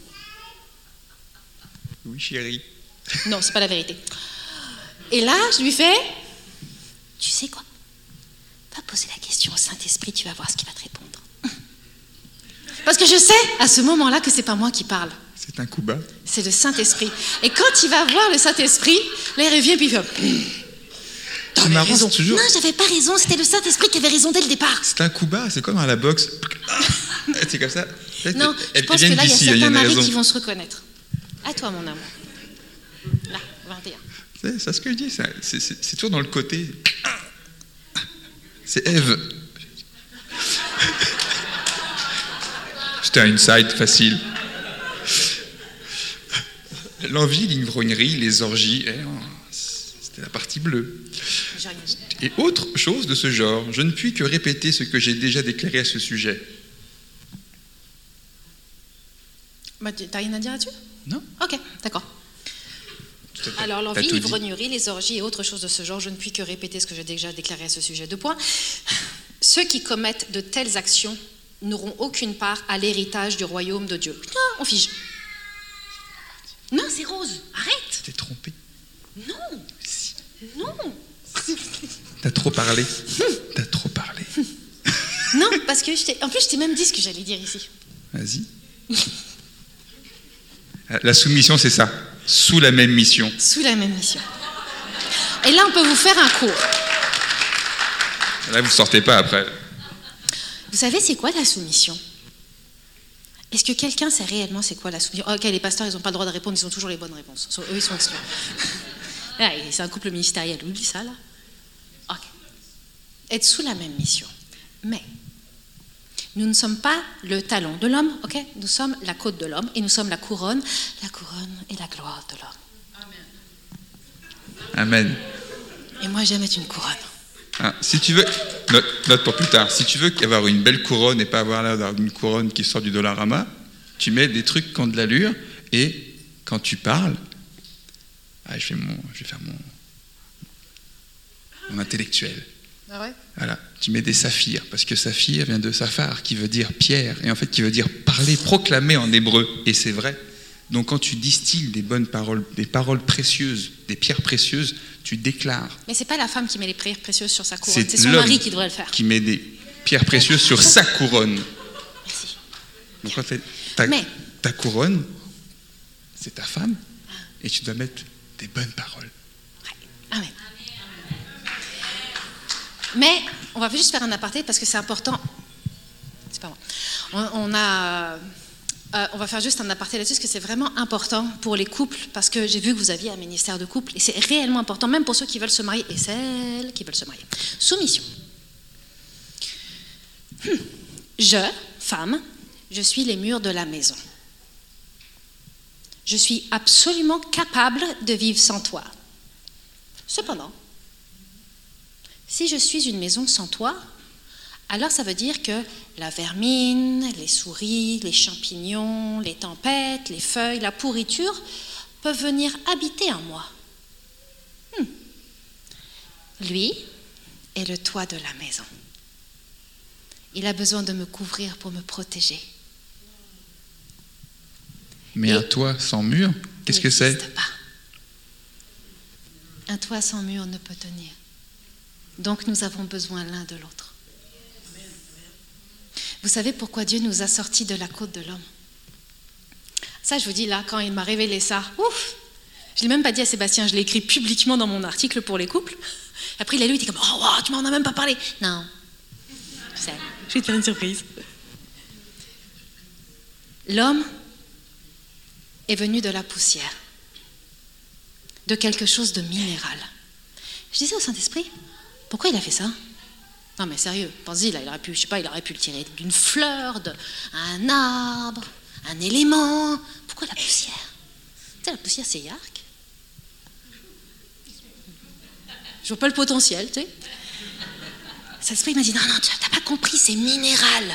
Oui, chérie. Non, c'est pas la vérité. Et là, je lui fais « Tu sais quoi ? Va poser la question au Saint-Esprit, tu vas voir ce qu'il va te répondre. » Parce que je sais, à ce moment-là, que c'est pas moi qui parle. C'est un coup bas. C'est le Saint-Esprit. Et quand il va voir le Saint-Esprit, là, il revient, puis il fait « T'avais raison. » Toujours. Non, j'avais pas raison, c'était le Saint-Esprit qui avait raison dès le départ. C'est un coup bas, c'est comme à la boxe. C'est comme ça. Non, je pense que là, il y a certains maris qui vont se reconnaître. À toi, mon amour. Là, 21. C'est ce que je dis, c'est toujours dans le côté. C'est Ève. C'était un insight facile. L'envie, l'ivrognerie, les orgies, c'était la partie bleue. Et autre chose de ce genre, je ne puis que répéter ce que j'ai déjà déclaré à ce sujet. Bah, t'as rien à dire là-dessus ? Non. Ok, d'accord. Alors, l'envie, l'ivrognerie, les orgies et autres choses de ce genre, je ne puis que répéter ce que j'ai déjà déclaré à ce sujet. 2 points. Ceux qui commettent de telles actions n'auront aucune part à l'héritage du royaume de Dieu. Non, on fige. Non, c'est Rose. Arrête. T'es trompé. Non. Si. Non. T'as trop parlé. T'as trop parlé. Non, parce que en plus, je t'ai même dit ce que j'allais dire ici. Vas-y. La soumission, c'est ça. Sous la même mission. Sous la même mission. Et là, on peut vous faire un cours. Là, vous ne sortez pas après. Vous savez, c'est quoi la soumission ? Est-ce que quelqu'un sait réellement c'est quoi la soumission ? Ok, les pasteurs, ils n'ont pas le droit de répondre, ils ont toujours les bonnes réponses. Eux, ils sont exclus. Ah, c'est un couple ministériel, oublie ça, là. Ok. Être sous la même mission. Mais nous ne sommes pas le talon de l'homme, ok ? Nous sommes la côte de l'homme et nous sommes la couronne et la gloire de l'homme. Amen. Et moi, j'aime être une couronne. Ah, si tu veux, note pour plus tard, si tu veux avoir une belle couronne et pas avoir l'air d'avoir une couronne qui sort du Dollarama, tu mets des trucs qui ont de l'allure et quand tu parles, je vais faire mon intellectuel. Ah ouais ? Voilà, tu mets des saphirs, parce que saphir vient de saphar, qui veut dire pierre, et en fait qui veut dire parler, proclamer en hébreu, et c'est vrai. Donc quand tu distilles des bonnes paroles, des paroles précieuses, des pierres précieuses, tu déclares. Mais c'est pas la femme qui met les pierres précieuses sur sa couronne, c'est son mari qui devrait le faire. Qui met des pierres précieuses sur sa couronne. Merci. Donc quand ta couronne, c'est ta femme, et tu dois mettre des bonnes paroles. Ouais. Amen. Mais on va juste faire un aparté parce que c'est important. C'est pas moi. On va faire juste un aparté là-dessus parce que c'est vraiment important pour les couples parce que j'ai vu que vous aviez un ministère de couple et c'est réellement important, même pour ceux qui veulent se marier et celles qui veulent se marier. Soumission. Je, femme, je suis les murs de la maison. Je suis absolument capable de vivre sans toi. Cependant, si je suis une maison sans toit, alors ça veut dire que la vermine, les souris, les champignons, les tempêtes, les feuilles, la pourriture peuvent venir habiter en moi. Lui est le toit de la maison. Il a besoin de me couvrir pour me protéger. Mais un toit sans mur, qu'est-ce que c'est ? N'existe pas. Un toit sans mur ne peut tenir. Donc nous avons besoin l'un de l'autre. Vous savez pourquoi Dieu nous a sortis de la côte de l'homme ? Ça, je vous dis là, quand il m'a révélé ça, ouf ! Je ne l'ai même pas dit à Sébastien, je l'ai écrit publiquement dans mon article pour les couples. Après, il a lu, il était comme « Oh, wow, tu m'en as même pas parlé !» Non, je vais te faire une surprise. L'homme est venu de la poussière, de quelque chose de minéral. Je disais au Saint-Esprit, pourquoi il a fait ça ? Non mais sérieux, pense-y, là, il aurait pu le tirer d'une fleur, d'un arbre, un élément. Pourquoi la poussière? Tu sais, la poussière, c'est yark. Je vois pas le potentiel, tu sais. Saint-Esprit m'a dit, non, tu n'as pas compris, c'est minéral.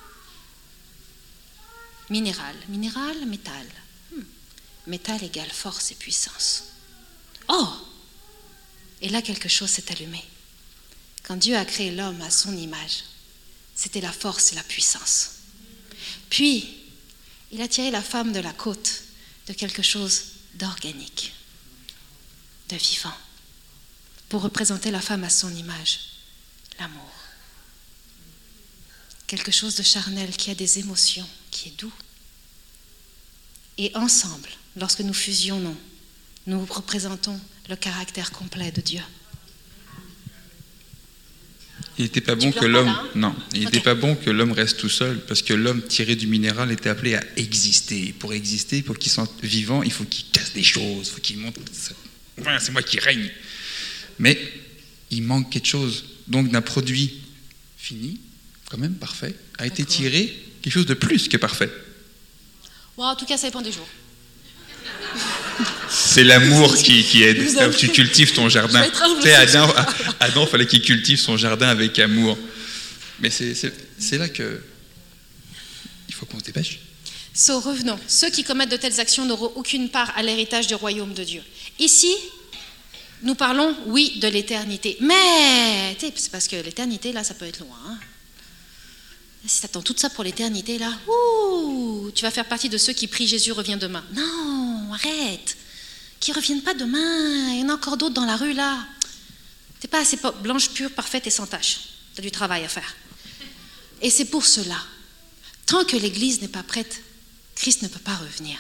Minéral, métal. Métal égale force et puissance. Oh! Et là, quelque chose s'est allumé. Quand Dieu a créé l'homme à son image, c'était la force et la puissance. Puis, il a tiré la femme de la côte de quelque chose d'organique, de vivant, pour représenter la femme à son image, l'amour. Quelque chose de charnel qui a des émotions, qui est doux. Et ensemble, lorsque nous fusionnons, nous représentons le caractère complet de Dieu. Il n'était pas bon que l'homme, non, il n'était pas bon que l'homme reste tout seul, parce que l'homme tiré du minéral était appelé à exister. Pour exister, pour qu'il soit vivant, il faut qu'il casse des choses, il faut qu'il monte. Voilà, c'est moi qui règne. Mais il manque quelque chose. Donc d'un produit fini, quand même parfait, a été tiré quelque chose de plus que parfait. Bon, en tout cas, ça dépend des jours. C'est l'amour qui aide. Tu cultives ton jardin. Tu sais, Adam, il fallait qu'il cultive son jardin avec amour. Mais c'est là que il faut qu'on se dépêche. Revenons. Ceux qui commettent de telles actions n'auront aucune part à l'héritage du royaume de Dieu. Ici, nous parlons, oui, de l'éternité. Mais, c'est parce que l'éternité, là, ça peut être loin. Hein. Si tu attends tout ça pour l'éternité, là, tu vas faire partie de ceux qui prient Jésus revient demain. Non, arrête. Qui ne reviennent pas demain. Il y en a encore d'autres dans la rue, là. Tu n'es pas assez blanche, pure, parfaite et sans tache. Tu as du travail à faire. Et c'est pour cela, tant que l'Église n'est pas prête, Christ ne peut pas revenir.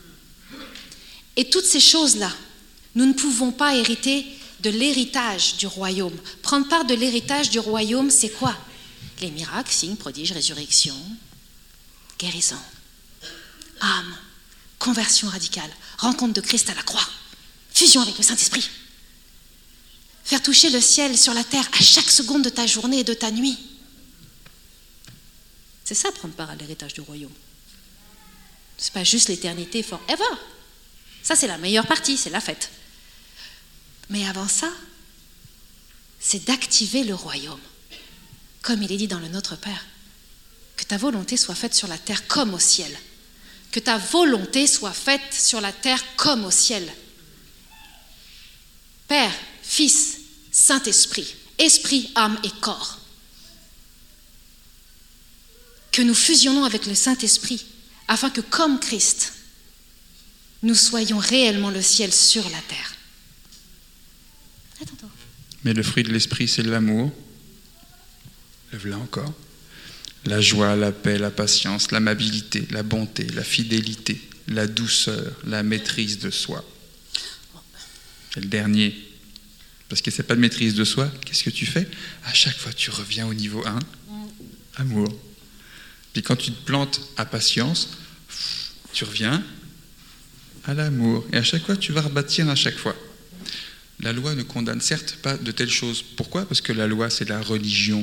Et toutes ces choses-là, nous ne pouvons pas hériter de l'héritage du royaume. Prendre part de l'héritage du royaume, c'est quoi? Les miracles, signes, prodiges, résurrection, guérison, âme, conversion radicale, rencontre de Christ à la croix, fusion avec le Saint-Esprit. Faire toucher le ciel sur la terre à chaque seconde de ta journée et de ta nuit. C'est ça, prendre part à l'héritage du royaume. C'est pas juste l'éternité forever. Ça, c'est la meilleure partie, c'est la fête. Mais avant ça, c'est d'activer le royaume. Comme il est dit dans le Notre Père, que ta volonté soit faite sur la terre comme au ciel. Que ta volonté soit faite sur la terre comme au ciel. Père, Fils, Saint-Esprit, esprit, âme et corps. Que nous fusionnons avec le Saint-Esprit, afin que, comme Christ, nous soyons réellement le ciel sur la terre. Attends. Mais le fruit de l'Esprit, c'est l'amour. Lève-la encore. La joie, la paix, la patience, l'amabilité, la bonté, la fidélité, la douceur, la maîtrise de soi. Et le dernier, parce que c'est pas de maîtrise de soi, qu'est-ce que tu fais? À chaque fois, tu reviens au niveau 1, amour. Puis quand tu te plantes à patience, tu reviens à l'amour. Et à chaque fois, tu vas rebâtir à chaque fois. La loi ne condamne certes pas de telles choses. Pourquoi? Parce que la loi, c'est la religion.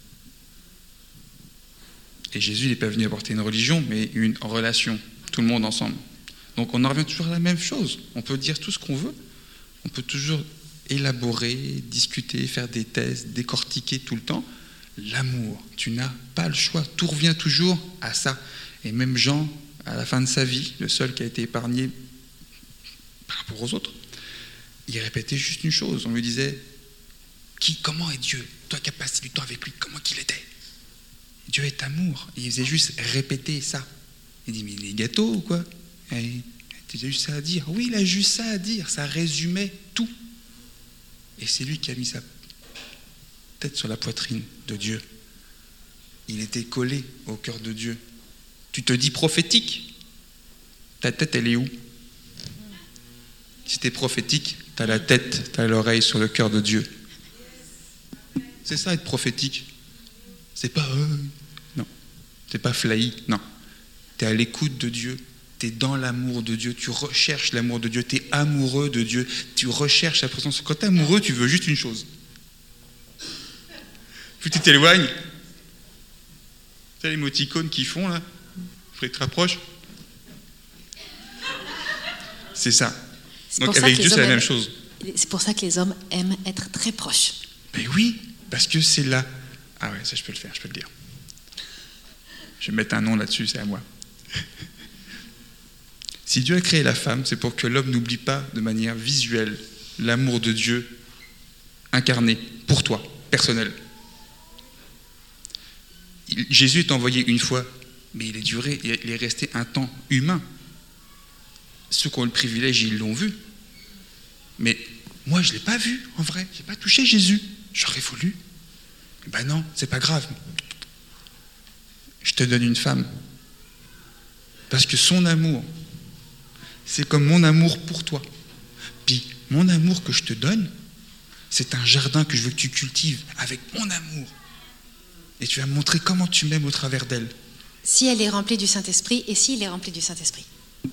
Et Jésus n'est pas venu apporter une religion, mais une relation, tout le monde ensemble. Donc on en revient toujours à la même chose. On peut dire tout ce qu'on veut, on peut toujours élaborer, discuter, faire des thèses, décortiquer tout le temps. L'amour, tu n'as pas le choix, tout revient toujours à ça. Et même Jean, à la fin de sa vie, le seul qui a été épargné par rapport aux autres, il répétait juste une chose, on lui disait, comment est Dieu? Toi qui as passé du temps avec lui, comment qu'il était? Dieu est amour. Et il faisait juste répéter ça. Il dit, mais il est gâteau ou quoi? Tu as juste ça à dire. Oui, il a juste ça à dire. Ça résumait tout. Et c'est lui qui a mis sa tête sur la poitrine de Dieu. Il était collé au cœur de Dieu. Tu te dis prophétique? Ta tête, elle est où? Si tu es prophétique, tu as la tête, tu as l'oreille sur le cœur de Dieu. C'est ça, être prophétique. C'est pas non, c'est pas flahi, non. Tu es à l'écoute de Dieu, tu es dans l'amour de Dieu, tu recherches l'amour de Dieu, tu es amoureux de Dieu, tu recherches la présence. Quand tu es amoureux, tu veux juste une chose. Plus tu t'éloignes. Tu sais les émoticônes qu'ils font là? Après, tu te rapproches. C'est ça. Donc avec Dieu, c'est la même chose. C'est pour ça que les hommes aiment être très proches. Mais oui, parce que c'est là. Ah ouais, ça je peux le faire, je peux le dire. Je vais mettre un nom là-dessus, c'est à moi. Si Dieu a créé la femme, c'est pour que l'homme n'oublie pas de manière visuelle l'amour de Dieu incarné pour toi, personnel. Jésus est envoyé une fois, mais il est resté un temps humain. Ceux qui ont le privilège, ils l'ont vu. Mais moi, je ne l'ai pas vu, en vrai. Je n'ai pas touché Jésus. J'aurais voulu. Ben non, c'est pas grave. Je te donne une femme. Parce que son amour, c'est comme mon amour pour toi. Puis, mon amour que je te donne, c'est un jardin que je veux que tu cultives avec mon amour. Et tu vas me montrer comment tu m'aimes au travers d'elle. Si elle est remplie du Saint-Esprit et s'il est rempli du Saint-Esprit.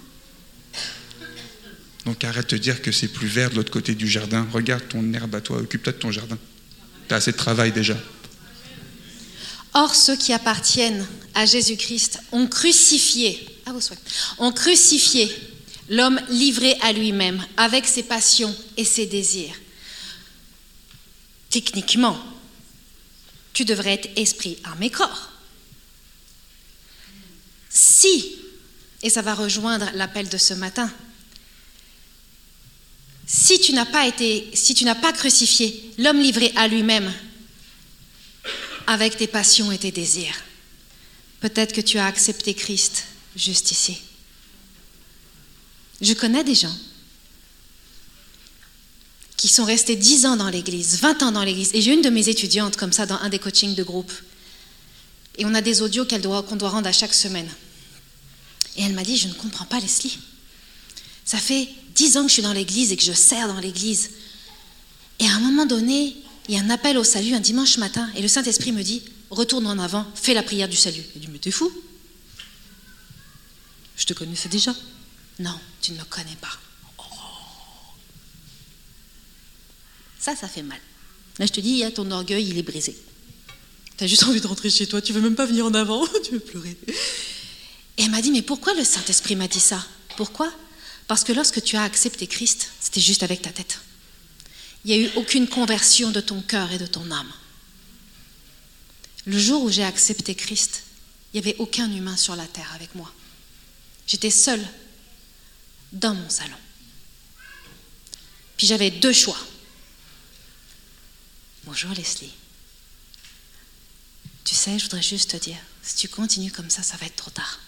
Donc arrête de dire que c'est plus vert de l'autre côté du jardin. Regarde ton herbe à toi, occupe-toi de ton jardin. Tu as assez de travail déjà. Or, ceux qui appartiennent à Jésus-Christ ont crucifié, à vos souhaits, ont crucifié l'homme livré à lui-même avec ses passions et ses désirs. Techniquement, tu devrais être esprit, âme et corps. Si, et ça va rejoindre l'appel de ce matin, si tu n'as pas crucifié l'homme livré à lui-même avec tes passions et tes désirs, peut-être que tu as accepté Christ juste ici. Je connais des gens qui sont restés 10 ans dans l'église, 20 ans dans l'église. Et j'ai une de mes étudiantes comme ça dans un des coachings de groupe. Et on a des audios qu'on doit rendre à chaque semaine. Et elle m'a dit, je ne comprends pas Leslie. Ça fait 10 ans que je suis dans l'église et que je sers dans l'église. Et à un moment donné, il y a un appel au salut un dimanche matin. Et le Saint-Esprit me dit, retourne en avant, fais la prière du salut. Je dis, mais t'es fou? Je te connaissais déjà. Non, tu ne me connais pas. Ça fait mal. Là, je te dis, ton orgueil, il est brisé. T'as juste envie de rentrer chez toi, tu veux même pas venir en avant, tu veux pleurer. Et elle m'a dit, mais pourquoi le Saint-Esprit m'a dit ça? Pourquoi? Parce que lorsque tu as accepté Christ, c'était juste avec ta tête. Il n'y a eu aucune conversion de ton cœur et de ton âme. Le jour où j'ai accepté Christ, il n'y avait aucun humain sur la terre avec moi. J'étais seule dans mon salon. Puis j'avais 2 choix. Bonjour Leslie. Tu sais, je voudrais juste te dire, si tu continues comme ça, ça va être trop tard.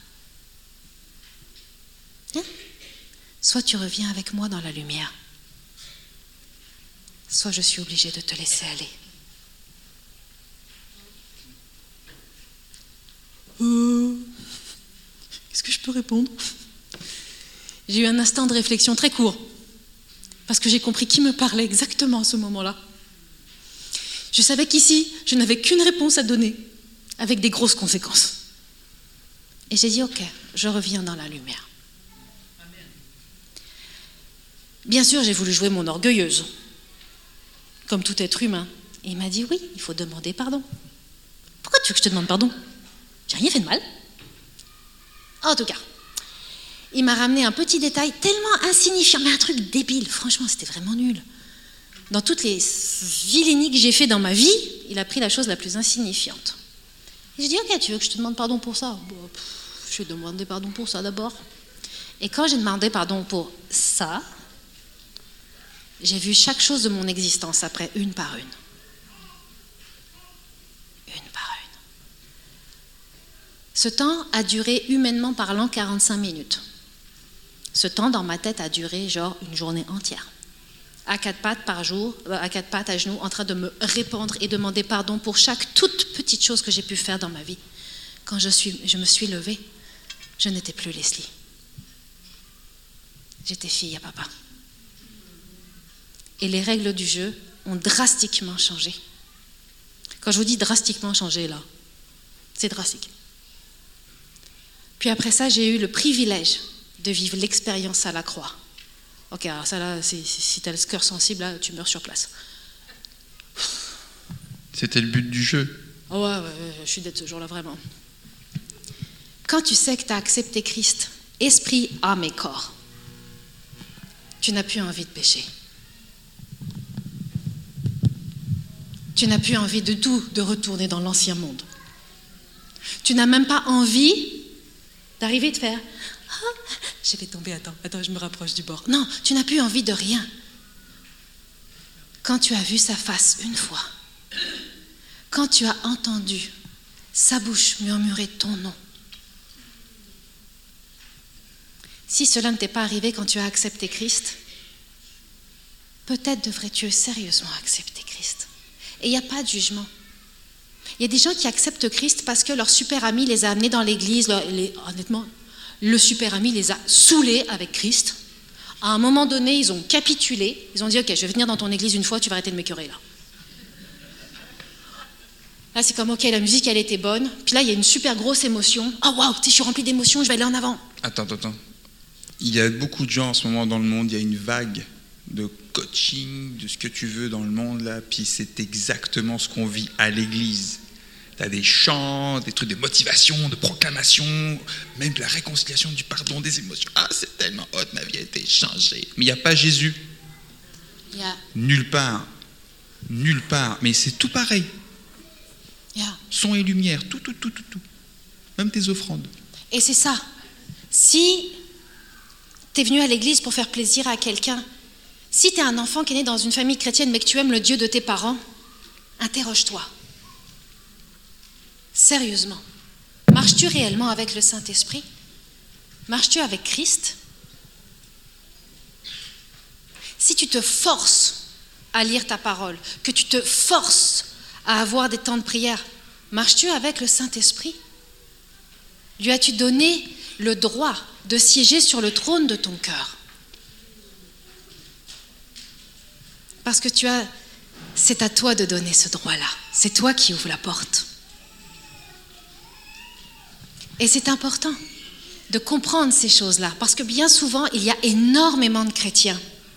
Hein? Soit tu reviens avec moi dans la lumière, soit je suis obligée de te laisser aller. Qu'est-ce que je peux répondre? J'ai eu un instant de réflexion très court, parce que j'ai compris qui me parlait exactement à ce moment-là. Je savais qu'ici, je n'avais qu'une réponse à donner, avec des grosses conséquences. Et j'ai dit, ok, je reviens dans la lumière. Bien sûr, j'ai voulu jouer mon orgueilleuse, comme tout être humain. Et il m'a dit, oui, il faut demander pardon. Pourquoi tu veux que je te demande pardon? J'ai rien fait de mal. En tout cas, il m'a ramené un petit détail tellement insignifiant, mais un truc débile. Franchement, c'était vraiment nul. Dans toutes les vilainies que j'ai fait dans ma vie, il a pris la chose la plus insignifiante. Et j'ai dit, ok, tu veux que je te demande pardon pour ça? Bon, je vais demander pardon pour ça d'abord. Et quand j'ai demandé pardon pour ça, j'ai vu chaque chose de mon existence après, une par une. Une par une. Ce temps a duré, humainement parlant, 45 minutes. Ce temps, dans ma tête, a duré genre une journée entière. À 4 pattes par jour, à 4 pattes à genoux, en train de me répandre et demander pardon pour chaque toute petite chose que j'ai pu faire dans ma vie. Quand je me suis levée, je n'étais plus Leslie. J'étais fille à papa. Et les règles du jeu ont drastiquement changé. Quand je vous dis drastiquement changé, là, c'est drastique. Puis après ça, j'ai eu le privilège de vivre l'expérience à la croix. Ok, alors ça là, si tu as le cœur sensible, là, tu meurs sur place. C'était le but du jeu. Oh ouais, je suis dead ce jour-là, vraiment. Quand tu sais que tu as accepté Christ, esprit, âme et corps, tu n'as plus envie de pécher. Tu n'as plus envie de tout, de retourner dans l'ancien monde. Tu n'as même pas envie d'arriver et de faire « Ah, je vais tomber, attends, je me rapproche du bord. » Non, tu n'as plus envie de rien. Quand tu as vu sa face une fois, quand tu as entendu sa bouche murmurer ton nom, si cela ne t'est pas arrivé quand tu as accepté Christ, peut-être devrais-tu sérieusement accepter Christ. Et il n'y a pas de jugement. Il y a des gens qui acceptent Christ parce que leur super ami les a amenés dans l'église. Honnêtement, le super ami les a saoulés avec Christ. À un moment donné, ils ont capitulé. Ils ont dit « Ok, je vais venir dans ton église une fois, tu vas arrêter de m'écœurer là. » Là, c'est comme « Ok, la musique, elle était bonne. » Puis là, il y a une super grosse émotion. « Oh, waouh, je suis rempli d'émotions, je vais aller en avant. » Attends. Il y a beaucoup de gens en ce moment dans le monde, il y a une vague de coaching, de ce que tu veux dans le monde là, puis c'est exactement ce qu'on vit à l'église. Tu as des chants, des trucs de motivation, de proclamation, même de la réconciliation, du pardon, des émotions. Ah, c'est tellement hot, ma vie a été changée. Mais il n'y a pas Jésus. Nulle part. Mais c'est tout pareil. Son et lumière, tout. Même tes offrandes. Et c'est ça. Si tu es venu à l'église pour faire plaisir à quelqu'un, si tu es un enfant qui est né dans une famille chrétienne mais que tu aimes le Dieu de tes parents, interroge-toi. Sérieusement, marches-tu réellement avec le Saint-Esprit? Marches-tu avec Christ? Si tu te forces à lire ta parole, que tu te forces à avoir des temps de prière, marches-tu avec le Saint-Esprit? Lui as-tu donné le droit de siéger sur le trône de ton cœur? Parce que c'est à toi de donner ce droit-là. C'est toi qui ouvres la porte. Et c'est important de comprendre ces choses-là, parce que bien souvent, il y a énormément de chrétiens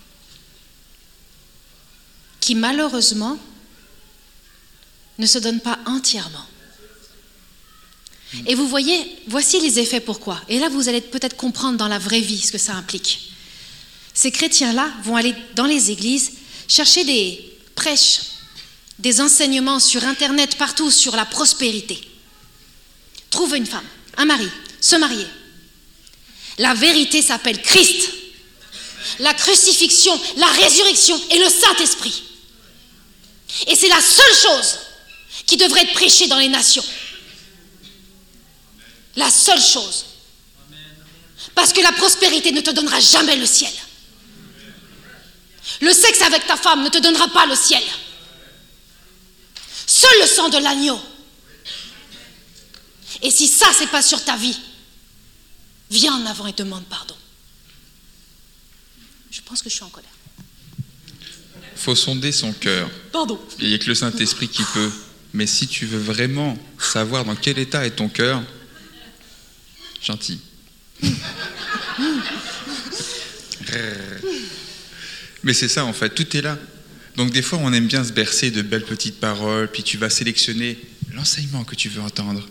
qui, malheureusement, ne se donnent pas entièrement. Et vous voyez, voici les effets pourquoi. Et là, vous allez peut-être comprendre dans la vraie vie ce que ça implique. Ces chrétiens-là vont aller dans les églises, chercher des prêches, des enseignements sur Internet, partout, sur la prospérité. Trouver une femme, un mari, se marier. La vérité s'appelle Christ. La crucifixion, la résurrection et le Saint-Esprit. Et c'est la seule chose qui devrait être prêchée dans les nations. La seule chose. Parce que la prospérité ne te donnera jamais le ciel. Le sexe avec ta femme ne te donnera pas le ciel. Seul le sang de l'agneau. Et si ça, c'est pas sur ta vie, viens en avant et demande pardon. Je pense que je suis en colère. Faut sonder son cœur. Pardon. Il n'y a que le Saint-Esprit qui peut. Mais si tu veux vraiment savoir dans quel état est ton cœur, gentil. Mais c'est ça en fait, tout est là. Donc des fois on aime bien se bercer de belles petites paroles, puis tu vas sélectionner l'enseignement que tu veux entendre.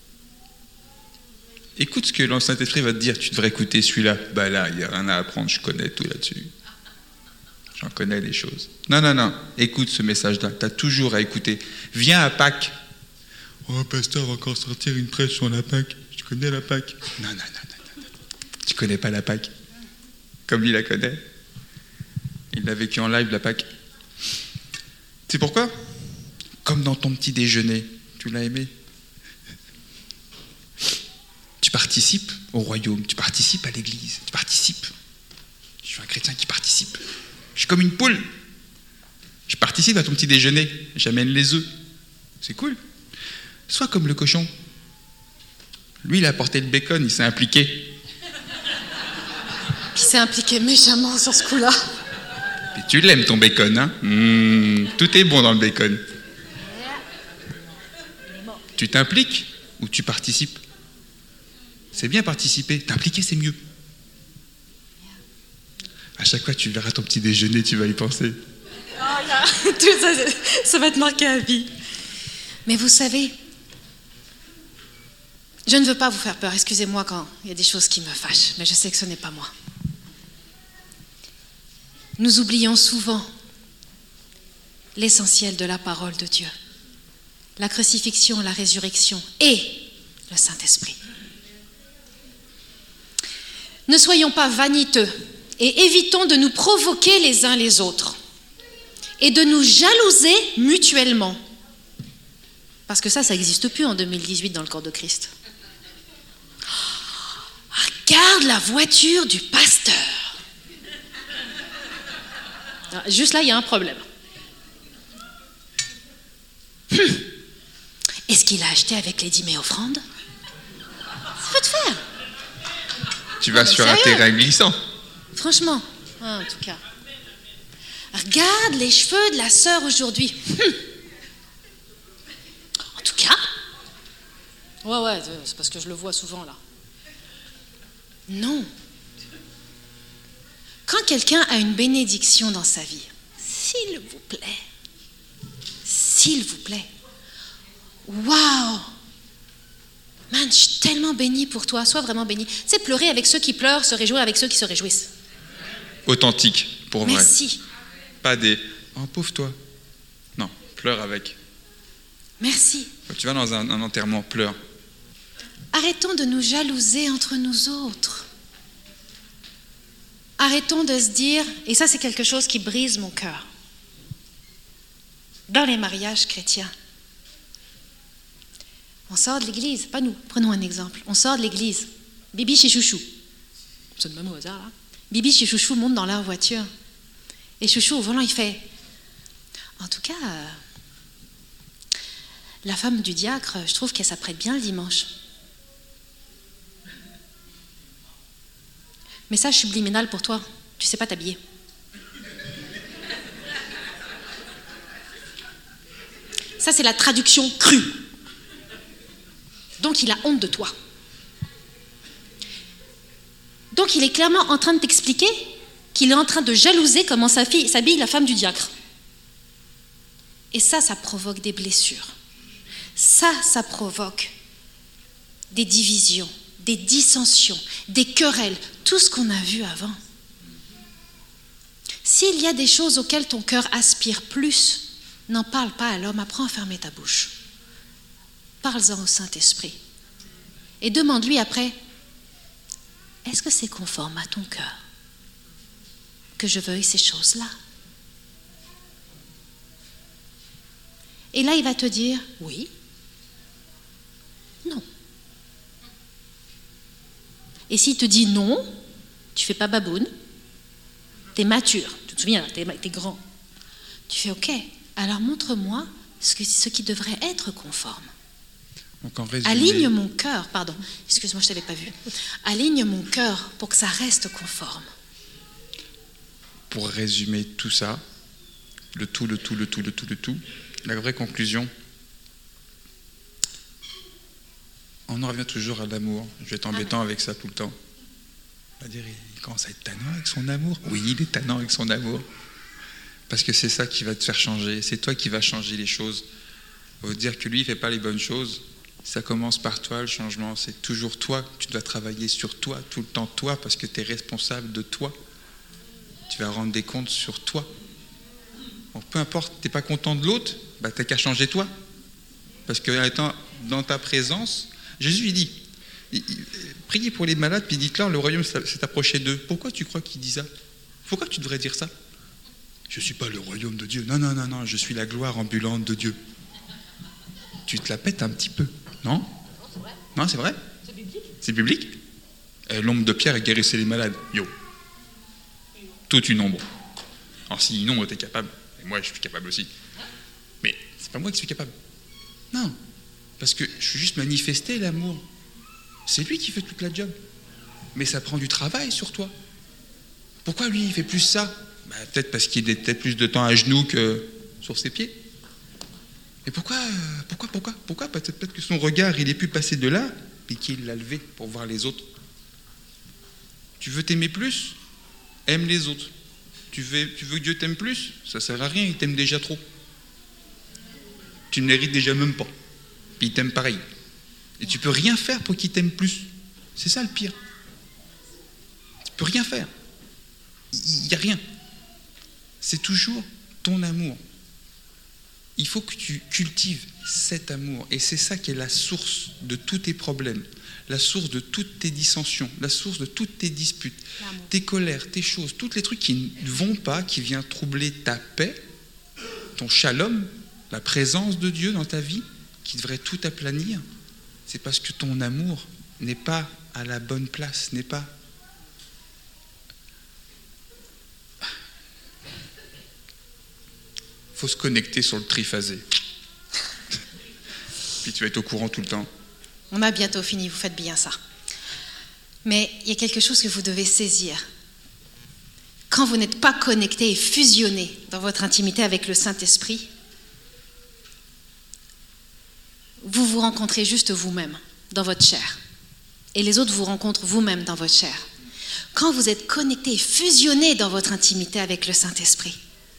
Écoute ce que le Saint-Esprit va te dire, tu devrais écouter celui-là. Bah là, il n'y a rien à apprendre, je connais tout là-dessus. J'en connais des choses. Non, écoute ce message-là, tu as toujours à écouter. Viens à Pâques. Oh, pasteur va encore sortir une prêche sur la Pâques. Je connais la Pâques. Non. Tu connais pas la Pâques. Comme lui la connaît. Il l'a vécu en live, la Pâques. Tu sais pourquoi? Comme dans ton petit déjeuner. Tu l'as aimé? Tu participes au royaume, tu participes à l'église, tu participes. Je suis un chrétien qui participe. Je suis comme une poule. Je participe à ton petit déjeuner, j'amène les œufs. C'est cool. Sois comme le cochon. Lui, il a apporté le bacon, il s'est impliqué. Il s'est impliqué méchamment sur ce coup-là. Et tu l'aimes ton bacon, hein? Tout est bon dans le bacon. Tu t'impliques ou tu participes? C'est bien participer. T'impliquer, c'est mieux. À chaque fois que tu verras ton petit déjeuner, tu vas y penser. Oh là, tout ça va être marqué à vie. Mais vous savez, je ne veux pas vous faire peur. Excusez-moi quand il y a des choses qui me fâchent, mais je sais que ce n'est pas moi. Nous oublions souvent l'essentiel de la parole de Dieu. La crucifixion, la résurrection et le Saint-Esprit. Ne soyons pas vaniteux et évitons de nous provoquer les uns les autres et de nous jalouser mutuellement. Parce que ça n'existe plus en 2018 dans le corps de Christ. Regarde la voiture du pasteur. Juste là, il y a un problème. Est-ce qu'il a acheté avec les 10 000 offrandes? Ça peut te faire. Tu vas sur un terrain glissant. Franchement, en tout cas. Regarde les cheveux de la sœur aujourd'hui. En tout cas. Ouais, c'est parce que je le vois souvent là. Non. Quand quelqu'un a une bénédiction dans sa vie, s'il vous plaît, waouh! Man, je suis tellement bénie pour toi, sois vraiment bénie. Tu sais, pleurer avec ceux qui pleurent, se réjouir avec ceux qui se réjouissent. Authentique, pour vrai. Merci. Pas des « oh, pauvre toi ». Non, pleure avec. Merci. Quand tu vas dans un enterrement, pleure. Arrêtons de nous jalouser entre nous autres. Arrêtons de se dire, et ça c'est quelque chose qui brise mon cœur, dans les mariages chrétiens, on sort de l'église, pas nous, prenons un exemple, on sort de l'église, Bibi chez Chouchou, c'est de même au hasard là, Bibi chez Chouchou monte dans leur voiture, et Chouchou au volant il fait, en tout cas, la femme du diacre, je trouve qu'elle s'apprête bien le dimanche. Message subliminal pour toi, tu sais pas t'habiller. Ça, c'est la traduction crue. Donc, il a honte de toi. Donc, il est clairement en train de t'expliquer qu'il est en train de jalouser comment sa fille s'habille la femme du diacre. Et ça provoque des blessures. Ça provoque des divisions, des dissensions, des querelles, tout ce qu'on a vu avant. S'il y a des choses auxquelles ton cœur aspire plus, n'en parle pas à l'homme, apprends à fermer ta bouche. Parle-en au Saint-Esprit. Et demande-lui après, est-ce que c'est conforme à ton cœur que je veuille ces choses-là? Et là, il va te dire, oui, non. Et s'il te dit non, tu fais pas baboune, tu es mature, tu te souviens, tu es grand. Tu fais ok, alors montre-moi ce qui devrait être conforme. Donc en résumé, aligne mon cœur, pardon, excuse-moi, je t'avais pas vu. Aligne mon cœur pour que ça reste conforme. Pour résumer tout ça, le tout, la vraie conclusion, on en revient toujours à l'amour. Je vais être embêtant avec ça tout le temps. On va dire, il commence à être tannant avec son amour. Oui, il est tannant avec son amour. Parce que c'est ça qui va te faire changer. C'est toi qui vas changer les choses. Il faut dire que lui, il ne fait pas les bonnes choses. Ça commence par toi, le changement. C'est toujours toi. Tu dois travailler sur toi, tout le temps toi, parce que tu es responsable de toi. Tu vas rendre des comptes sur toi. Donc, peu importe, tu n'es pas content de l'autre, bah, tu n'as qu'à changer toi. Parce qu'en étant dans ta présence, Jésus, il dit, priez pour les malades, puis dites-leur, le royaume s'est approché d'eux. Pourquoi tu crois qu'il dit ça? Pourquoi tu devrais dire ça? Je ne suis pas le royaume de Dieu. Non, je suis la gloire ambulante de Dieu. Tu te la pètes un petit peu, non? Non, c'est vrai? C'est biblique. C'est biblique? L'ombre de Pierre guérissait les malades. Yo. Toute une ombre. Alors si une ombre était capable, et moi je suis capable aussi, mais c'est pas moi qui suis capable. Non, parce que je suis juste manifesté l'amour. C'est lui qui fait toute la job. Mais ça prend du travail sur toi. Pourquoi lui il fait plus ça? Bah, peut-être parce qu'il est peut-être plus de temps à genoux que sur ses pieds. Et pourquoi peut-être que son regard il est pu passer de là et qu'il l'a levé pour voir les autres. Tu veux t'aimer plus? Aime les autres. Tu veux que Dieu t'aime plus? Ça sert à rien, il t'aime déjà trop. tu ne mérites déjà même pas. Puis il t'aime pareil. Et tu peux rien faire pour qu'il t'aime plus. C'est ça le pire. Tu peux rien faire. Il n'y a rien. C'est toujours ton amour. Il faut que tu cultives cet amour. Et c'est ça qui est la source de tous tes problèmes, la source de toutes tes dissensions, la source de toutes tes disputes, tes colères, tes choses, tous les trucs qui ne vont pas, qui viennent troubler ta paix, ton shalom, la présence de Dieu dans ta vie, qui devrait tout aplanir. C'est parce que ton amour n'est pas à la bonne place, n'est pas... Il faut se connecter sur le triphasé. Puis tu vas être au courant tout le temps. On a bientôt fini, vous faites bien ça. Mais il y a quelque chose que vous devez saisir. Quand vous n'êtes pas connecté et fusionné dans votre intimité avec le Saint-Esprit, vous vous rencontrez juste vous-même dans votre chair. Et les autres vous rencontrent vous-même dans votre chair. Quand vous êtes connecté et fusionné dans votre intimité avec le Saint-Esprit,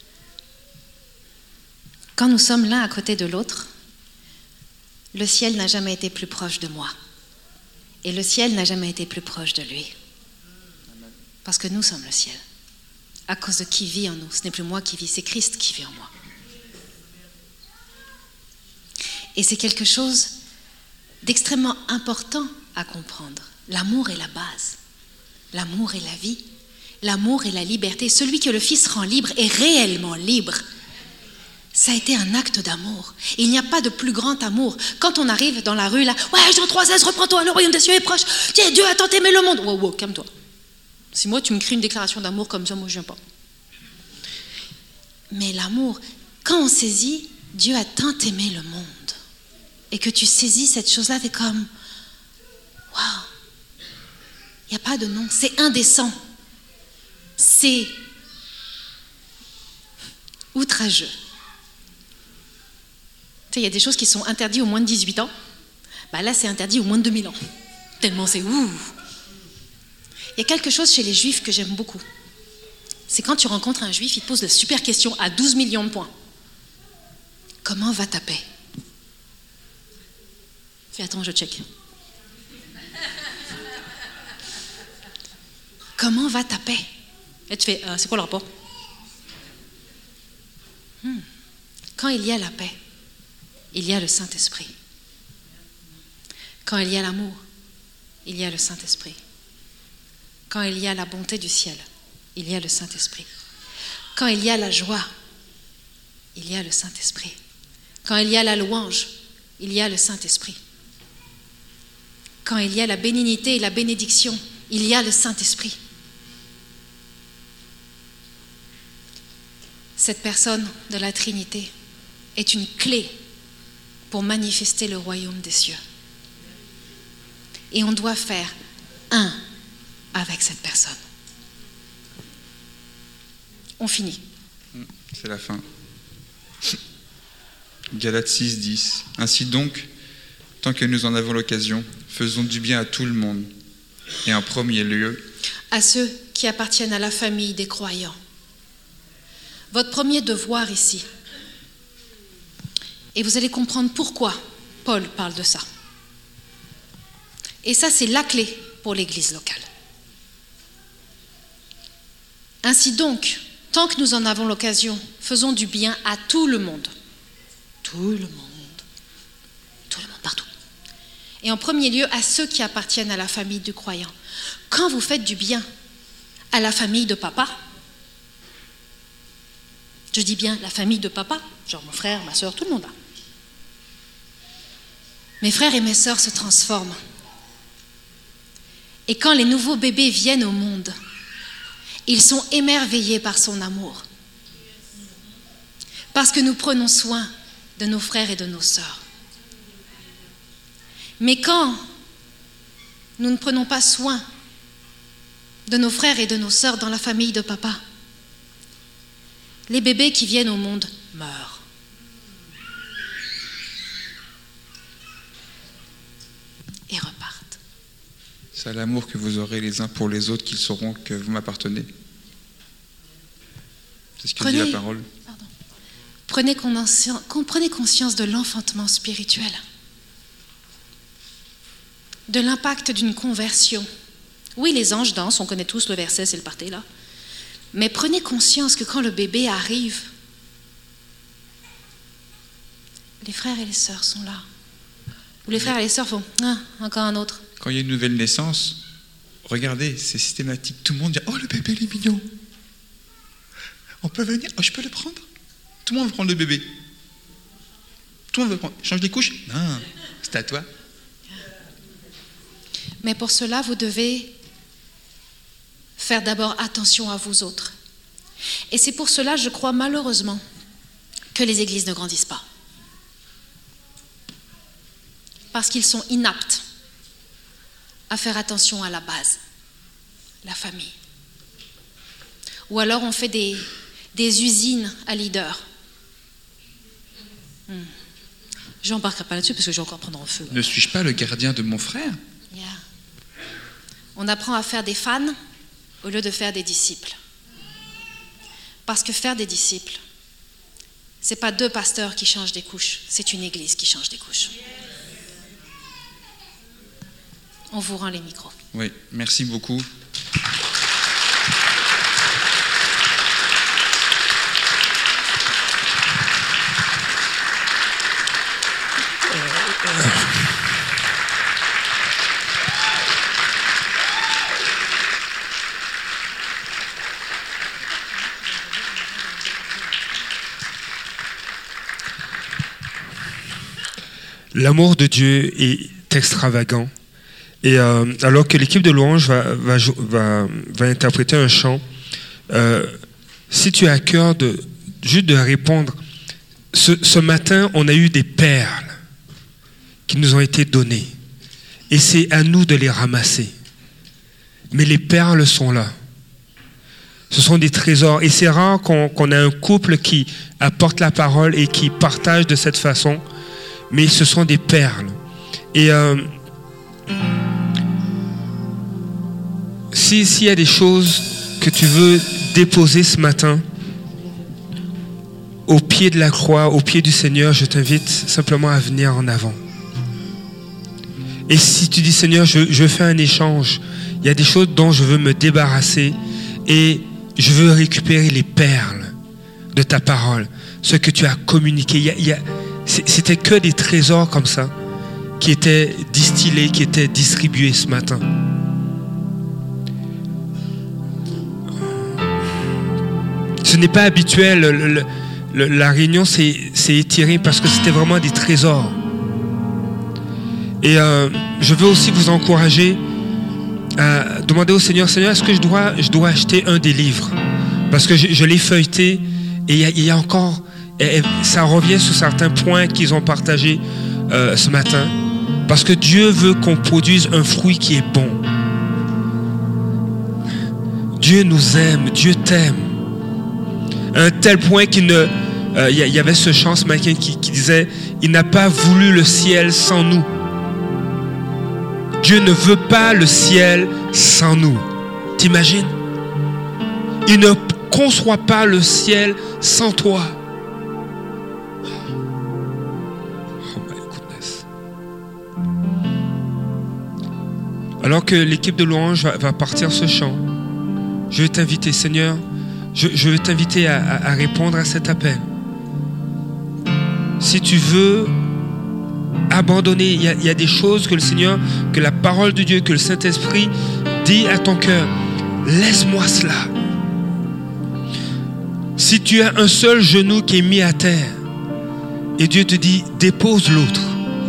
quand nous sommes l'un à côté de l'autre, le ciel n'a jamais été plus proche de moi. Et le ciel n'a jamais été plus proche de lui. Parce que nous sommes le ciel. À cause de qui vit en nous. Ce n'est plus moi qui vis, c'est Christ qui vit en moi. Et c'est quelque chose d'extrêmement important à comprendre. L'amour est la base. L'amour est la vie. L'amour est la liberté. Celui que le Fils rend libre est réellement libre. Ça a été un acte d'amour. Il n'y a pas de plus grand amour. Quand on arrive dans la rue, là, « Ouais, Jean 3,16, reprends-toi, le royaume des cieux est proche. Tiens, Dieu a tant aimé le monde. » Wow, calme-toi. Si moi, tu me cries une déclaration d'amour comme ça, moi, je ne viens pas. Mais l'amour, quand on saisit, Dieu a tant aimé le monde. Et que tu saisis cette chose-là, t'es comme, « Waouh, il n'y a pas de nom. C'est indécent. C'est outrageux. » Tu sais, il y a des choses qui sont interdites aux moins de 18 ans. Bah là, c'est interdit aux moins de 2000 ans. Tellement c'est ouh. Il y a quelque chose chez les Juifs que j'aime beaucoup. C'est quand tu rencontres un Juif, il te pose la super question à 12 millions de points. Comment va ta paix? Fais attends, je check. Comment va ta paix? Et tu fais, c'est quoi le rapport? Quand il y a la paix, il y a le Saint-Esprit. Quand il y a l'amour, il y a le Saint-Esprit. Quand il y a la bonté du ciel, il y a le Saint-Esprit. Quand il y a la joie, il y a le Saint-Esprit. Quand il y a la louange, il y a le Saint-Esprit. Quand il y a la bénignité et la bénédiction, il y a le Saint-Esprit. Cette personne de la Trinité est une clé pour manifester le royaume des cieux. Et on doit faire un avec cette personne. On finit. C'est la fin. Galates 6, 10. Ainsi donc, tant que nous en avons l'occasion, faisons du bien à tout le monde, et en premier lieu à ceux qui appartiennent à la famille des croyants. Votre premier devoir ici, et vous allez comprendre pourquoi Paul parle de ça. Et ça, c'est la clé pour l'Église locale. Ainsi donc, tant que nous en avons l'occasion, faisons du bien à tout le monde. Tout le monde. Tout le monde, partout. Et en premier lieu, à ceux qui appartiennent à la famille du croyant. Quand vous faites du bien à la famille de papa, je dis bien la famille de papa, genre mon frère, ma soeur, tout le monde là. Mes frères et mes sœurs se transforment. Et quand les nouveaux bébés viennent au monde, ils sont émerveillés par son amour. Parce que nous prenons soin de nos frères et de nos sœurs. Mais quand nous ne prenons pas soin de nos frères et de nos sœurs dans la famille de papa, les bébés qui viennent au monde meurent. Et repartent. C'est à l'amour que vous aurez les uns pour les autres qu'ils sauront que vous m'appartenez. C'est ce que dit la parole. prenez conscience de l'enfantement spirituel, de l'impact d'une conversion. Oui, les anges dansent, on connaît tous le verset, c'est le party là. Mais prenez conscience que quand le bébé arrive, les frères et les sœurs sont là. Ou les frères et les sœurs font encore un autre. Quand il y a une nouvelle naissance, regardez, c'est systématique. Tout le monde dit « Oh, le bébé, il est mignon. On peut venir? Oh, je peux le prendre ?» Tout le monde veut prendre le bébé. Tout le monde veut prendre. Change les couches? Non, c'est à toi. Mais pour cela, vous devez faire d'abord attention à vous autres. Et c'est pour cela, je crois malheureusement, que les églises ne grandissent pas. Parce qu'ils sont inaptes à faire attention à la base, la famille. Ou alors on fait des usines à leaders. Je n'embarquerai pas là-dessus parce que je vais encore prendre en feu. Ne suis-je pas le gardien de mon frère? Yeah. On apprend à faire des fans au lieu de faire des disciples. Parce que faire des disciples, ce n'est pas 2 pasteurs qui changent des couches, c'est une église qui change des couches. On vous rend les micros. Oui, merci beaucoup. L'amour de Dieu est extravagant. Et alors que l'équipe de louange va interpréter un chant, si tu as à cœur juste de répondre, ce matin, on a eu des perles qui nous ont été données. Et c'est à nous de les ramasser. Mais les perles sont là. Ce sont des trésors. Et c'est rare qu'on ait un couple qui apporte la parole et qui partage de cette façon. Mais ce sont des perles. Et s'il y a des choses que tu veux déposer ce matin au pied de la croix, au pied du Seigneur, je t'invite simplement à venir en avant. Et si tu dis, Seigneur, je fais un échange, il y a des choses dont je veux me débarrasser et je veux récupérer les perles de ta parole, ce que tu as communiqué. C'était que des trésors comme ça qui étaient distillés, qui étaient distribués ce matin. Ce n'est pas habituel. La réunion s'est étirée parce que c'était vraiment des trésors. Et je veux aussi vous encourager à demander au Seigneur, Seigneur, est-ce que je dois acheter un des livres? Parce que je l'ai feuilleté et il y a encore, ça revient sur certains points qu'ils ont partagés ce matin. Parce que Dieu veut qu'on produise un fruit qui est bon. Dieu nous aime, Dieu t'aime. À un tel point qu'il ne... Il y avait ce chant ce matin qui disait « Il n'a pas voulu le ciel sans nous ». Dieu ne veut pas le ciel sans nous. T'imagines? Il ne conçoit pas le ciel sans toi. Oh my goodness. Alors que l'équipe de louange va partir ce chant, je vais t'inviter, Seigneur, je vais t'inviter à répondre à cet appel. Si tu veux abandonner, il y a des choses que le Seigneur, que la parole de Dieu, que le Saint-Esprit dit à ton cœur. Laisse-moi cela. Si tu as un seul genou qui est mis à terre et Dieu te dit dépose l'autre,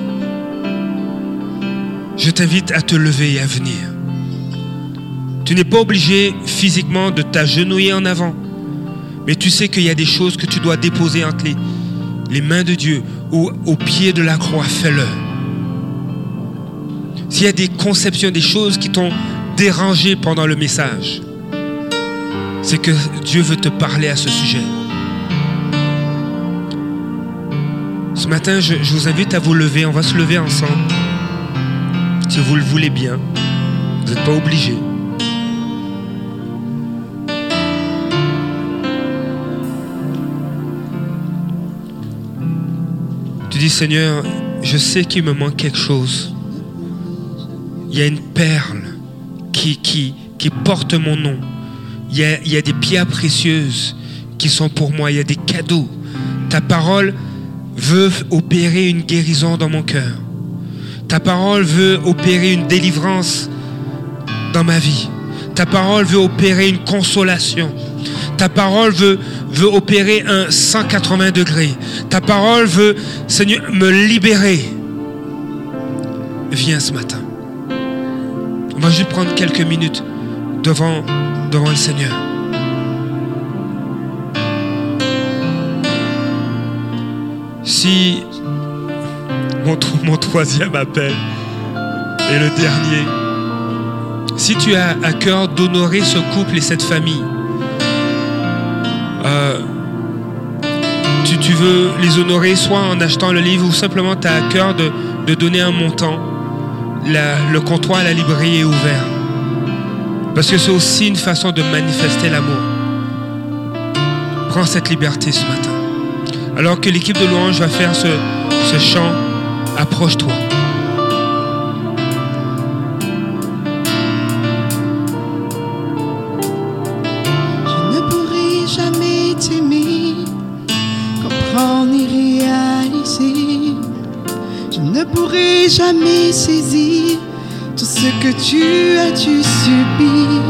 je t'invite à te lever et à venir. Tu n'es pas obligé physiquement de t'agenouiller en avant, mais tu sais qu'il y a des choses que tu dois déposer entre les mains de Dieu ou au pied de la croix, fais-le. S'il y a des conceptions, des choses qui t'ont dérangé pendant le message, c'est que Dieu veut te parler à ce sujet. Ce matin, je vous invite à vous lever. On va se lever ensemble. Si vous le voulez bien. Vous n'êtes pas obligés. dis, Seigneur, je sais qu'il me manque quelque chose. Il y a une perle qui porte mon nom. Il y a des pierres précieuses qui sont pour moi. Il y a des cadeaux. Ta parole veut opérer une guérison dans mon cœur. Ta parole veut opérer une délivrance dans ma vie. Ta parole veut opérer une consolation. Ta parole veut opérer un 180 degrés. Ta parole veut, Seigneur, me libérer. Viens ce matin. On va juste prendre quelques minutes devant le Seigneur. Si mon troisième appel et le dernier, si tu as à cœur d'honorer ce couple et cette famille, tu veux les honorer soit en achetant le livre ou simplement tu as à cœur de donner un montant, le comptoir à la librairie est ouvert. Parce que c'est aussi une façon de manifester l'amour. Prends cette liberté ce matin. Alors que l'équipe de louange va faire ce chant, approche-toi. Je ne pourrai jamais t'aimer, comprendre et réaliser. Je ne pourrai jamais saisir tout ce que tu as dû subir.